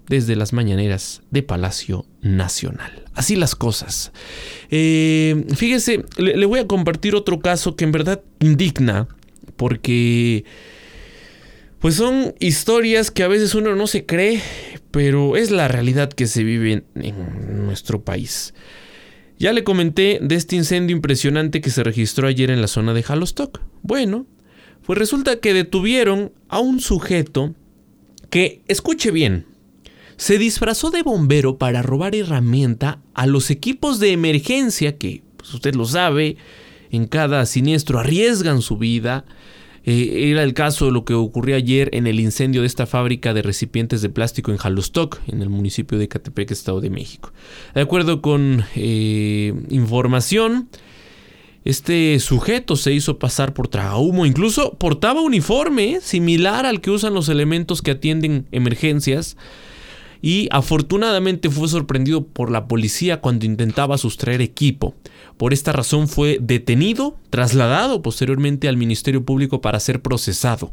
desde las mañaneras de Palacio Nacional. Así las cosas. Fíjese, le voy a compartir otro caso que en verdad indigna, porque pues son historias que a veces uno no se cree, pero es la realidad que se vive en nuestro país. Ya le comenté de este incendio impresionante que se registró ayer en la zona de Jalostoc. Bueno, pues resulta que detuvieron a un sujeto que, escuche bien, se disfrazó de bombero para robar herramienta a los equipos de emergencia que, pues usted lo sabe, en cada siniestro arriesgan su vida. Era el caso de lo que ocurrió ayer en el incendio de esta fábrica de recipientes de plástico en Jalostoc, en el municipio de Ecatepec, Estado de México. De acuerdo con información, este sujeto se hizo pasar por tragahumo, incluso portaba uniforme similar al que usan los elementos que atienden emergencias, y afortunadamente fue sorprendido por la policía cuando intentaba sustraer equipo. Por esta razón fue detenido, trasladado posteriormente al Ministerio Público para ser procesado.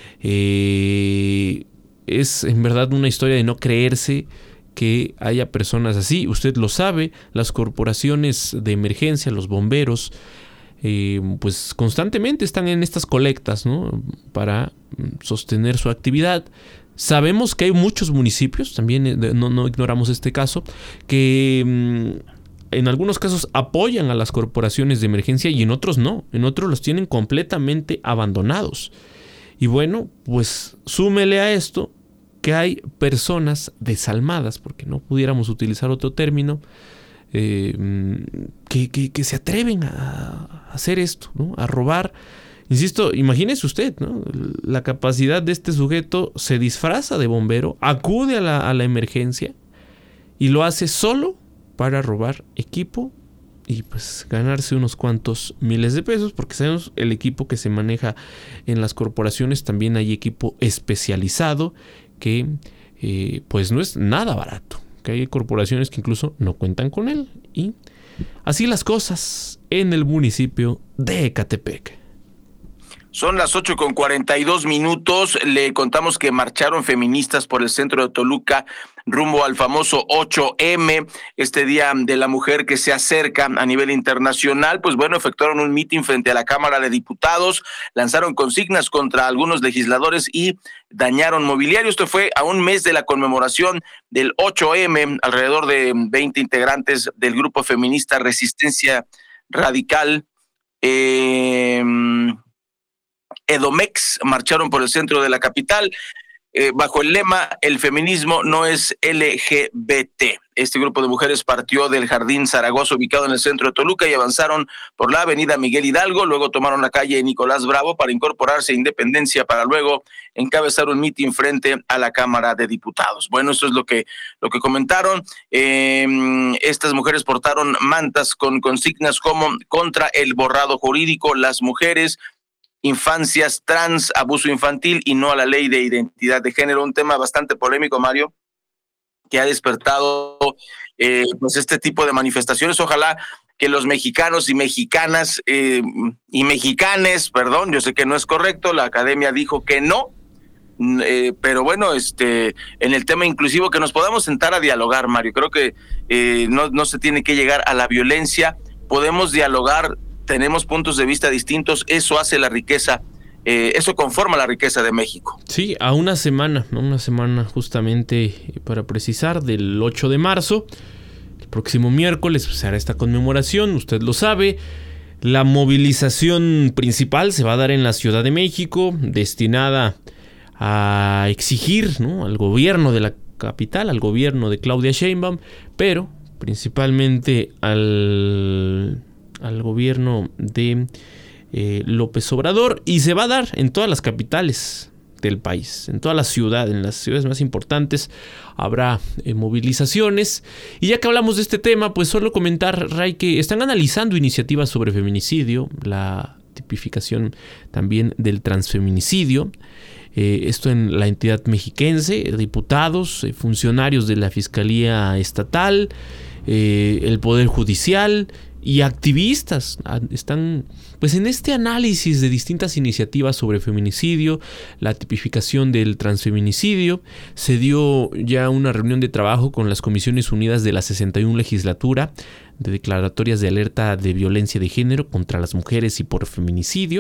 Es en verdad una historia de no creerse que haya personas así. Usted lo sabe, las corporaciones de emergencia, los bomberos, pues constantemente están en estas colectas, ¿no?, para sostener su actividad. Sabemos que hay muchos municipios, también no ignoramos este caso, que en algunos casos apoyan a las corporaciones de emergencia y en otros no, en otros los tienen completamente abandonados. Y bueno, pues súmele a esto que hay personas desalmadas, porque no pudiéramos utilizar otro término, que se atreven a hacer esto, ¿no?, a robar. Insisto, imagínese usted, ¿no?, la capacidad de este sujeto. Se disfraza de bombero, acude a la emergencia y lo hace solo para robar equipo y pues ganarse unos cuantos miles de pesos, porque sabemos el equipo que se maneja en las corporaciones. También hay equipo especializado que pues no es nada barato, que hay corporaciones que incluso no cuentan con él. Y así las cosas en el municipio de Ecatepec. Son las 8:42. Le contamos que marcharon feministas por el centro de Toluca rumbo al famoso 8M, este Día de la Mujer que se acerca a nivel internacional. Pues bueno, efectuaron un mitin frente a la Cámara de Diputados, lanzaron consignas contra algunos legisladores y dañaron mobiliario. Esto fue a un mes de la conmemoración del 8M. Alrededor de 20 integrantes del grupo feminista Resistencia Radical, Edomex, marcharon por el centro de la capital bajo el lema "El feminismo no es LGBT". Este grupo de mujeres partió del Jardín Zaragoza, ubicado en el centro de Toluca, y avanzaron por la avenida Miguel Hidalgo. Luego tomaron la calle Nicolás Bravo para incorporarse a Independencia, para luego encabezar un mitin frente a la Cámara de Diputados. Bueno, esto es lo que comentaron. Estas mujeres portaron mantas con consignas como "contra el borrado jurídico", "las mujeres", "infancias trans", "abuso infantil" y "no a la ley de identidad de género". Un tema bastante polémico, Mario, que ha despertado pues este tipo de manifestaciones. Ojalá que los mexicanos y mexicanas y mexicanes, perdón, yo sé que no es correcto, la academia dijo que no, pero bueno, en el tema inclusivo, que nos podamos sentar a dialogar, Mario. Creo que no se tiene que llegar a la violencia. Podemos dialogar, tenemos puntos de vista distintos, eso hace la riqueza, eso conforma la riqueza de México. Sí, a una semana justamente, para precisar, del 8 de marzo, el próximo miércoles, se hará esta conmemoración, usted lo sabe. La movilización principal se va a dar en la Ciudad de México, destinada a exigir, ¿no?, al gobierno de la capital, al gobierno de Claudia Sheinbaum, pero principalmente al gobierno de López Obrador, y se va a dar en todas las capitales del país, en todas las ciudades, en las ciudades más importantes habrá movilizaciones. Y ya que hablamos de este tema, pues solo comentar, Ray, que están analizando iniciativas sobre feminicidio, la tipificación también del transfeminicidio. Esto en la entidad mexiquense, diputados, funcionarios de la Fiscalía Estatal, el Poder Judicial y activistas están pues en este análisis de distintas iniciativas sobre feminicidio, la tipificación del transfeminicidio. Se dio ya una reunión de trabajo con las Comisiones Unidas de la 61 legislatura de declaratorias de alerta de violencia de género contra las mujeres y por feminicidio.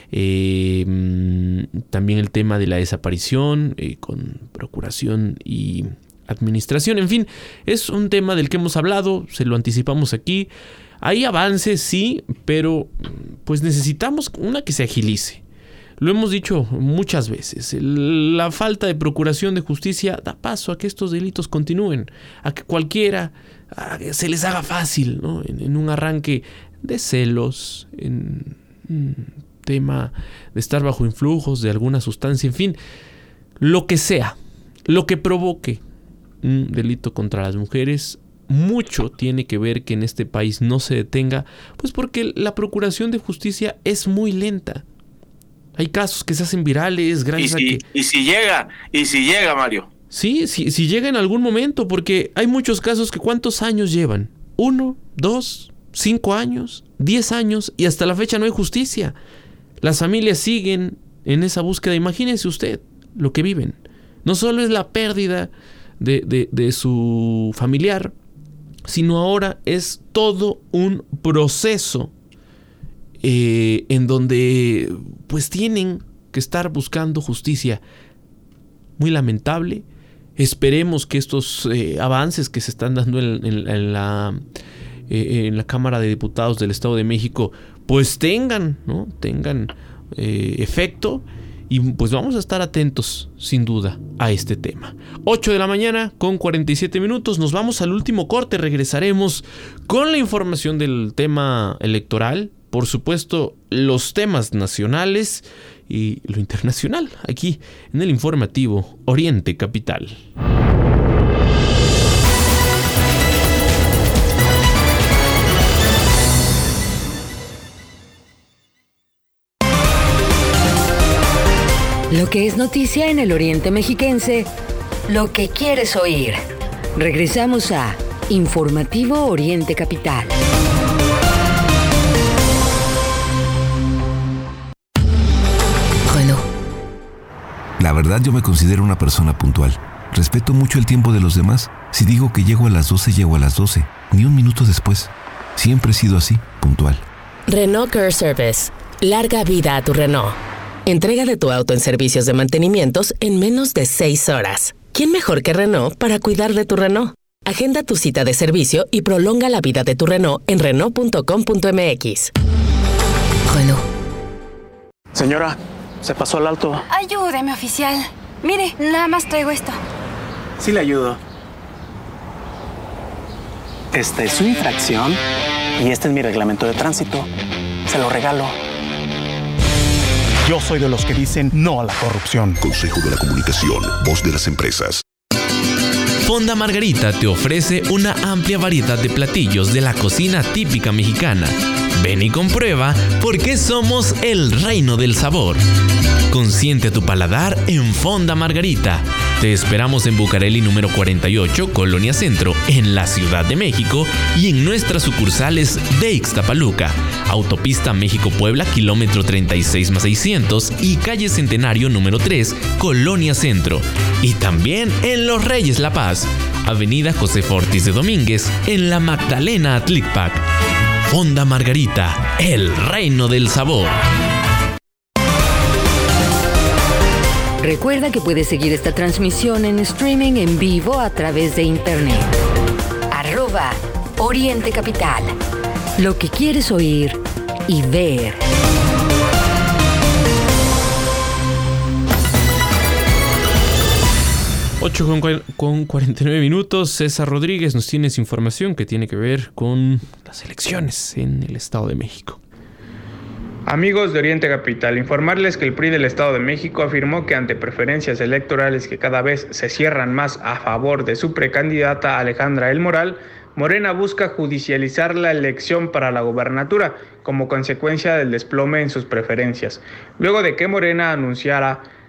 También el tema de la desaparición con procuración y administración. En fin, es un tema del que hemos hablado, se lo anticipamos aquí. Hay avances, sí, pero pues necesitamos una que se agilice. Lo hemos dicho muchas veces. La falta de procuración de justicia da paso a que estos delitos continúen, a que cualquiera se les haga fácil, ¿no? En un arranque de celos, en un tema de estar bajo influjos de alguna sustancia, en fin, lo que sea, lo que provoque un delito contra las mujeres. Mucho tiene que ver que en este país no se detenga, pues porque la procuración de justicia es muy lenta. Hay casos que se hacen virales gracias a que... Y si llega, Mario. Sí, si llega en algún momento, porque hay muchos casos que ¿cuántos años llevan? 1, 2, 5 años, 10 años y hasta la fecha no hay justicia. Las familias siguen en esa búsqueda. Imagínense usted lo que viven. No solo es la pérdida de su familiar, sino ahora es todo un proceso en donde pues tienen que estar buscando justicia. Muy lamentable. Esperemos que estos avances que se están dando en la Cámara de Diputados del Estado de México pues tengan efecto. Y pues vamos a estar atentos, sin duda, a este tema. 8 de la mañana con 47 minutos. Nos vamos al último corte. Regresaremos con la información del tema electoral. Por supuesto, los temas nacionales y lo internacional. Aquí en el informativo Oriente Capital. Lo que es noticia en el Oriente Mexiquense, lo que quieres oír. Regresamos a Informativo Oriente Capital. Bueno. La verdad, yo me considero una persona puntual. Respeto mucho el tiempo de los demás. Si digo que llego a las 12, llego a las 12. Ni un minuto después. Siempre he sido así, puntual. Renault Care Service. Larga vida a tu Renault. Entrega de tu auto en servicios de mantenimientos en menos de 6 horas. ¿Quién mejor que Renault para cuidar de tu Renault? Agenda tu cita de servicio y prolonga la vida de tu Renault en Renault.com.mx. Renault. Señora, se pasó al alto. Ayúdeme, oficial. Mire, nada más traigo esto. Sí le ayudo. Esta es su infracción y este es mi reglamento de tránsito. Se lo regalo. Yo soy de los que dicen no a la corrupción. Consejo de la Comunicación, voz de las empresas. Fonda Margarita te ofrece una amplia variedad de platillos de la cocina típica mexicana. Ven y comprueba por qué somos el reino del sabor. Consiente tu paladar en Fonda Margarita. Te esperamos en Bucareli número 48, Colonia Centro, en la Ciudad de México y en nuestras sucursales de Ixtapaluca, Autopista México-Puebla, kilómetro 36+600 y Calle Centenario número 3, Colonia Centro. Y también en Los Reyes La Paz, Avenida Josefa Ortiz de Domínguez, en la Magdalena Atlicpac. Fonda Margarita, el reino del sabor. Recuerda que puedes seguir esta transmisión en streaming en vivo a través de internet. @Oriente Capital. Lo que quieres oír y ver. Con 49 minutos. César Rodríguez, nos tienes información que tiene que ver con las elecciones en el Estado de México. Amigos de Oriente Capital, informarles que el PRI del Estado de México afirmó que ante preferencias electorales que cada vez se cierran más a favor de su precandidata Alejandra El Moral, Morena busca judicializar la elección para la gobernatura como consecuencia del desplome en sus preferencias, luego de que Morena anunciara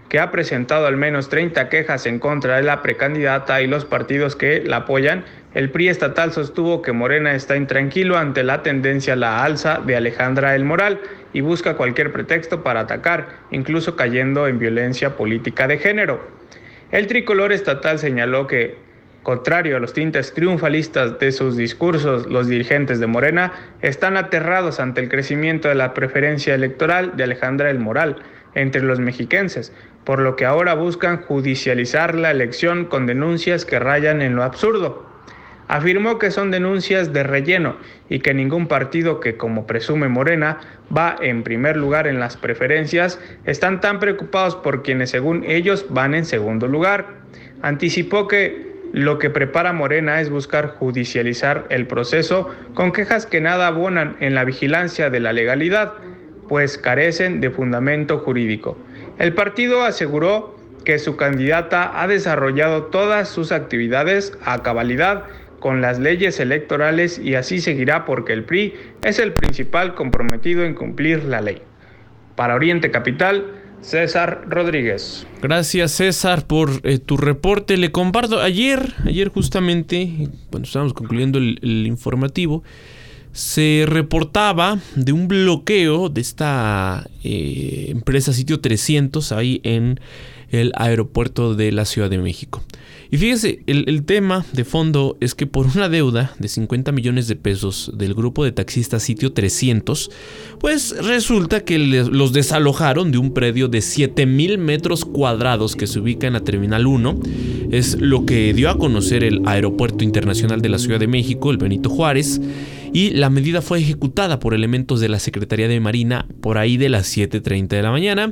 que ha presentado al menos 30 quejas en contra de la precandidata y los partidos que la apoyan, el PRI estatal sostuvo que Morena está intranquilo ante la tendencia a la alza de Alejandra del Moral y busca cualquier pretexto para atacar, incluso cayendo en violencia política de género. El tricolor estatal señaló que, contrario a los tintes triunfalistas de sus discursos, los dirigentes de Morena están aterrados ante el crecimiento de la preferencia electoral de Alejandra del Moral entre los mexiquenses, por lo que ahora buscan judicializar la elección con denuncias que rayan en lo absurdo. Afirmó que son denuncias de relleno y que ningún partido que, como presume Morena, va en primer lugar en las preferencias, están tan preocupados por quienes según ellos van en segundo lugar. Anticipó que lo que prepara Morena es buscar judicializar el proceso con quejas que nada abonan en la vigilancia de la legalidad, pues carecen de fundamento jurídico. El partido aseguró que su candidata ha desarrollado todas sus actividades a cabalidad con las leyes electorales y así seguirá porque el PRI es el principal comprometido en cumplir la ley. Para Oriente Capital, César Rodríguez. Gracias, César, por tu reporte. Le comparto, ayer justamente, cuando estábamos concluyendo el informativo, se reportaba de un bloqueo de esta empresa Sitio 300 ahí en el aeropuerto de la Ciudad de México. Y fíjese, el tema de fondo es que por una deuda de 50 millones de pesos del grupo de taxistas Sitio 300, pues resulta que los desalojaron de un predio de 7,000 metros cuadrados que se ubica en la Terminal 1. Es lo que dio a conocer el Aeropuerto Internacional de la Ciudad de México, el Benito Juárez. Y la medida fue ejecutada por elementos de la Secretaría de Marina por ahí de las 7:30 de la mañana.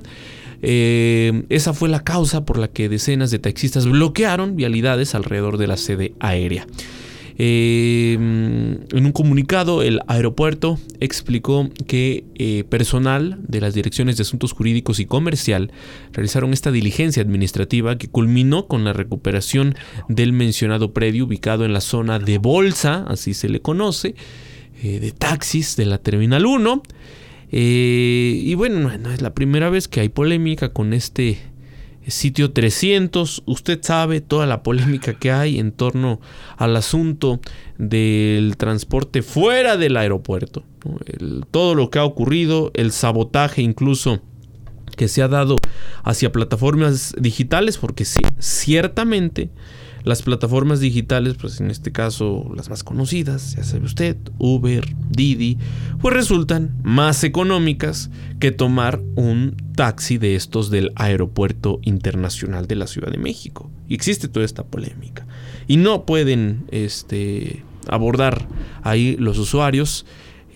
Esa fue la causa por la que decenas de taxistas bloquearon vialidades alrededor de la sede aérea. En un comunicado, el aeropuerto explicó que personal de las direcciones de asuntos jurídicos y comercial realizaron esta diligencia administrativa que culminó con la recuperación del mencionado predio ubicado en la zona de bolsa, así se le conoce, de taxis de la Terminal 1. Y bueno, no es la primera vez que hay polémica con este Sitio 300. Usted sabe toda la polémica que hay en torno al asunto del transporte fuera del aeropuerto, ¿no? Todo lo que ha ocurrido, el sabotaje incluso que se ha dado hacia plataformas digitales, porque sí, ciertamente las plataformas digitales, pues en este caso las más conocidas, ya sabe usted, Uber, Didi, pues resultan más económicas que tomar un taxi de estos del Aeropuerto Internacional de la Ciudad de México. Y existe toda esta polémica. Y no pueden abordar ahí los usuarios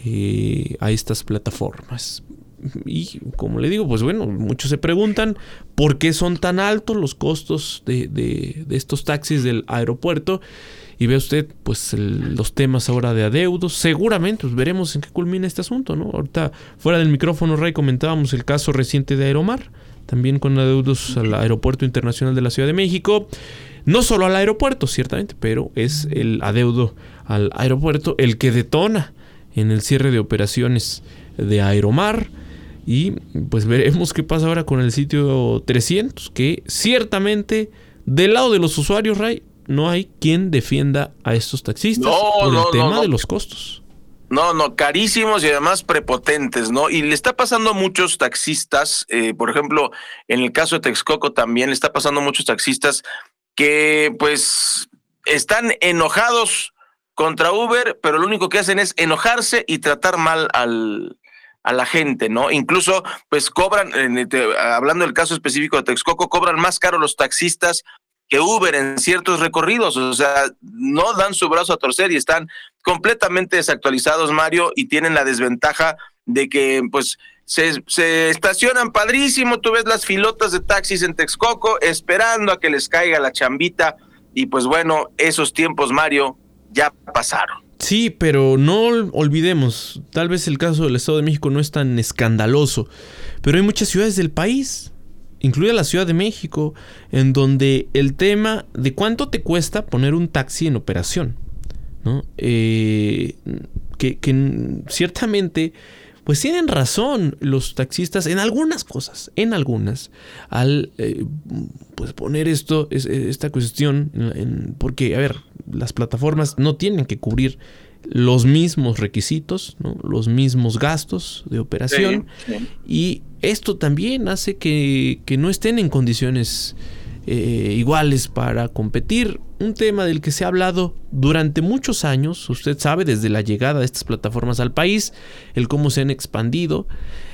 a estas plataformas. Y como le digo, pues bueno, muchos se preguntan por qué son tan altos los costos de estos taxis del aeropuerto. Y ve usted, pues los temas ahora de adeudos. Seguramente pues, veremos en qué culmina este asunto, ¿no? Ahorita, fuera del micrófono, Ray, comentábamos el caso reciente de Aeromar, también con adeudos al Aeropuerto Internacional de la Ciudad de México. No solo al aeropuerto, ciertamente, pero es el adeudo al aeropuerto el que detona en el cierre de operaciones de Aeromar. Y pues veremos qué pasa ahora con el Sitio 300, que ciertamente del lado de los usuarios, Ray, no hay quien defienda a estos taxistas por el tema de los costos. No, carísimos y además prepotentes, ¿no? Y le está pasando a muchos taxistas, por ejemplo, en el caso de Texcoco también le está pasando a muchos taxistas que pues están enojados contra Uber, pero lo único que hacen es enojarse y tratar mal a la gente, ¿no? Incluso, pues cobran, hablando del caso específico de Texcoco, cobran más caro los taxistas que Uber en ciertos recorridos, o sea, no dan su brazo a torcer y están completamente desactualizados, Mario, y tienen la desventaja de que, pues, se estacionan padrísimo, tú ves las filotas de taxis en Texcoco esperando a que les caiga la chambita, y pues bueno, esos tiempos, Mario, ya pasaron. Sí, pero no olvidemos, tal vez el caso del Estado de México no es tan escandaloso, pero hay muchas ciudades del país, incluida la Ciudad de México, en donde el tema de cuánto te cuesta poner un taxi en operación, ¿no? Que ciertamente pues tienen razón los taxistas en algunas cosas, al pues poner esta cuestión, porque, a ver, las plataformas no tienen que cubrir los mismos requisitos, ¿no? Los mismos gastos de operación, y esto también hace que no estén en condiciones iguales para competir. Un tema del que se ha hablado durante muchos años, usted sabe, desde la llegada de estas plataformas al país, el cómo se han expandido,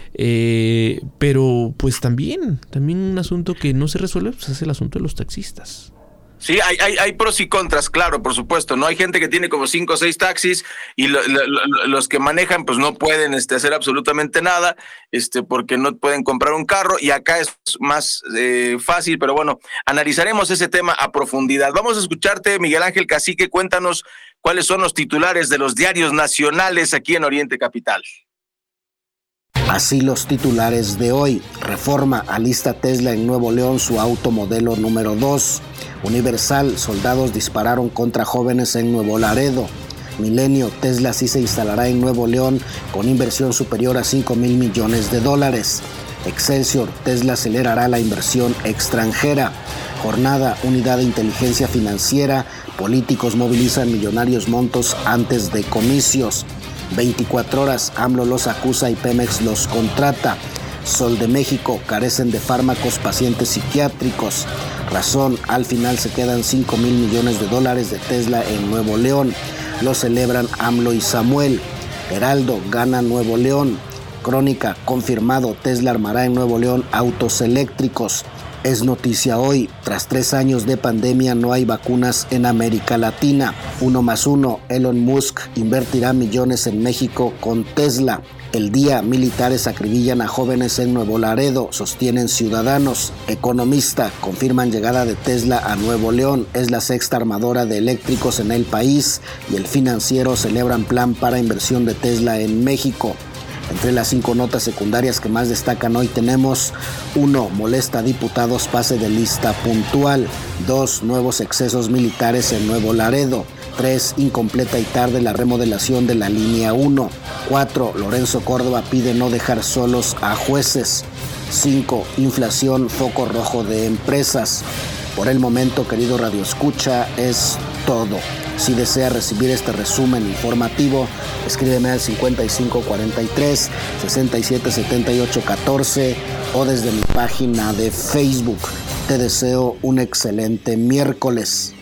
pero pues también un asunto que no se resuelve, pues es el asunto de los taxistas. Sí, hay pros y contras, claro, por supuesto, ¿no? Hay gente que tiene como 5 o 6 taxis y los que manejan pues no pueden hacer absolutamente nada, porque no pueden comprar un carro, y acá es más fácil, pero bueno, analizaremos ese tema a profundidad. Vamos a escucharte, Miguel Ángel Cacique, cuéntanos cuáles son los titulares de los diarios nacionales aquí en Oriente Capital. Así los titulares de hoy. Reforma alista Tesla en Nuevo León su auto modelo número 2. Universal, soldados dispararon contra jóvenes en Nuevo Laredo. Milenio, Tesla sí se instalará en Nuevo León con inversión superior a $5,000 millones. Excelsior, Tesla acelerará la inversión extranjera. Jornada, unidad de inteligencia financiera, políticos movilizan millonarios montos antes de comicios. 24 horas, AMLO los acusa y Pemex los contrata. Sol de México, carecen de fármacos pacientes psiquiátricos. Razón, al final se quedan $5,000 millones de Tesla en Nuevo León. Lo celebran AMLO y Samuel. Heraldo, gana Nuevo León. Crónica, confirmado, Tesla armará en Nuevo León autos eléctricos. Es noticia hoy, tras 3 años de pandemia no hay vacunas en América Latina. 1+1, Elon Musk invertirá millones en México con Tesla. El día, militares acribillan a jóvenes en Nuevo Laredo, sostienen ciudadanos. Economista, confirman llegada de Tesla a Nuevo León. Es la 6ª armadora de eléctricos en el país. Y el Financiero, celebran plan para inversión de Tesla en México. Entre las 5 notas secundarias que más destacan hoy tenemos: 1. Molesta a diputados pase de lista puntual. 2. Nuevos excesos militares en Nuevo Laredo. 3. Incompleta y tarde la remodelación de la línea 1. 4. Lorenzo Córdoba pide no dejar solos a jueces. 5. Inflación, foco rojo de empresas. Por el momento, querido radioescucha, es todo. Si desea recibir este resumen informativo, escríbeme al 5543 677814 o desde mi página de Facebook. Te deseo un excelente miércoles.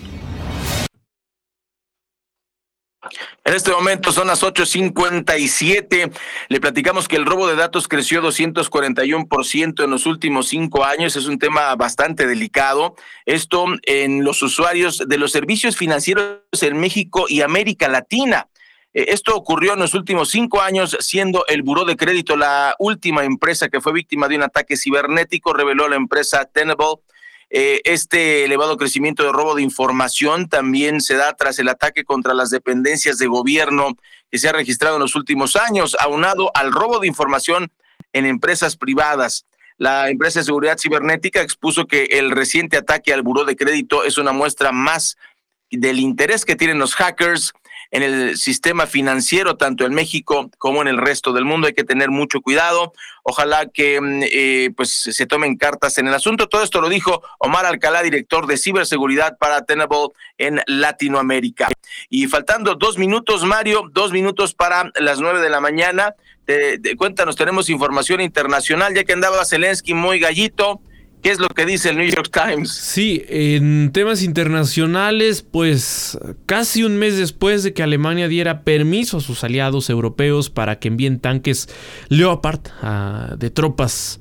En este momento son las 8:57. Le platicamos que el robo de datos creció 241% en los últimos 5 años. Es un tema bastante delicado. Esto en los usuarios de los servicios financieros en México y América Latina. Esto ocurrió en los últimos 5 años, siendo el Buró de Crédito la última empresa que fue víctima de un ataque cibernético, reveló la empresa Tenable. Este elevado crecimiento de robo de información también se da tras el ataque contra las dependencias de gobierno que se ha registrado en los últimos años, aunado al robo de información en empresas privadas. La empresa de seguridad cibernética expuso que el reciente ataque al Buró de Crédito es una muestra más del interés que tienen los hackers en el sistema financiero, tanto en México como en el resto del mundo. Hay que tener mucho cuidado. Ojalá que pues se tomen cartas en el asunto. Todo esto lo dijo Omar Alcalá, director de ciberseguridad para Tenable en Latinoamérica. Y faltando 2 minutos, Mario, 2 minutos para las 9 de la mañana. Cuéntanos, tenemos información internacional, ya que andaba Zelensky muy gallito. ¿Qué es lo que dice el New York Times? Sí, en temas internacionales, pues casi un mes después de que Alemania diera permiso a sus aliados europeos para que envíen tanques Leopard de tropas,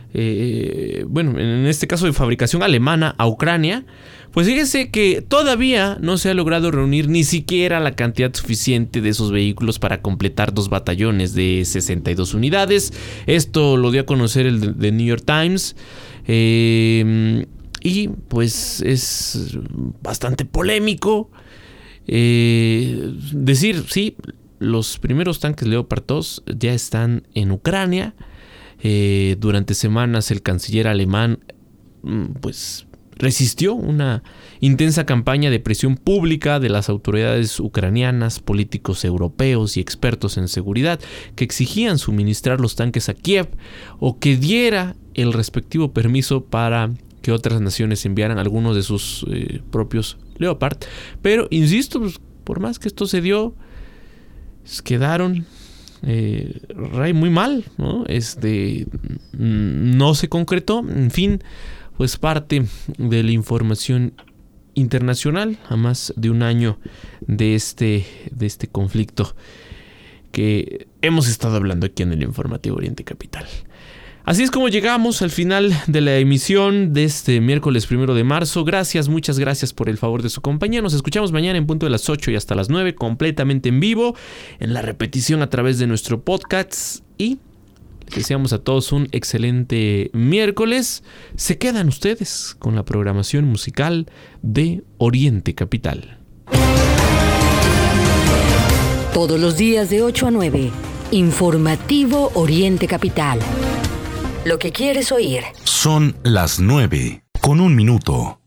en este caso de fabricación alemana, a Ucrania, pues fíjese que todavía no se ha logrado reunir ni siquiera la cantidad suficiente de esos vehículos para completar 2 batallones de 62 unidades. Esto lo dio a conocer el The New York Times. Y pues es bastante polémico decir, sí, los primeros tanques Leopard 2 ya están en Ucrania. Durante semanas el canciller alemán pues resistió una intensa campaña de presión pública de las autoridades ucranianas, políticos europeos y expertos en seguridad que exigían suministrar los tanques a Kiev o que diera el respectivo permiso para que otras naciones enviaran algunos de sus propios Leopard. Pero, insisto, pues, por más que esto se dio, quedaron muy mal, ¿no? No se concretó. En fin, pues parte de la información internacional a más de un año de este conflicto que hemos estado hablando aquí en el Informativo Oriente Capital. Así es como llegamos al final de la emisión de este miércoles 1 de marzo. Muchas gracias por el favor de su compañía. Nos escuchamos mañana en punto de las 8 y hasta las 9, completamente en vivo, en la repetición a través de nuestro podcast. Y les deseamos a todos un excelente miércoles. Se quedan ustedes con la programación musical de Oriente Capital. Todos los días de 8 a 9, Informativo Oriente Capital. Lo que quieres oír. Son las 9:01 minutos.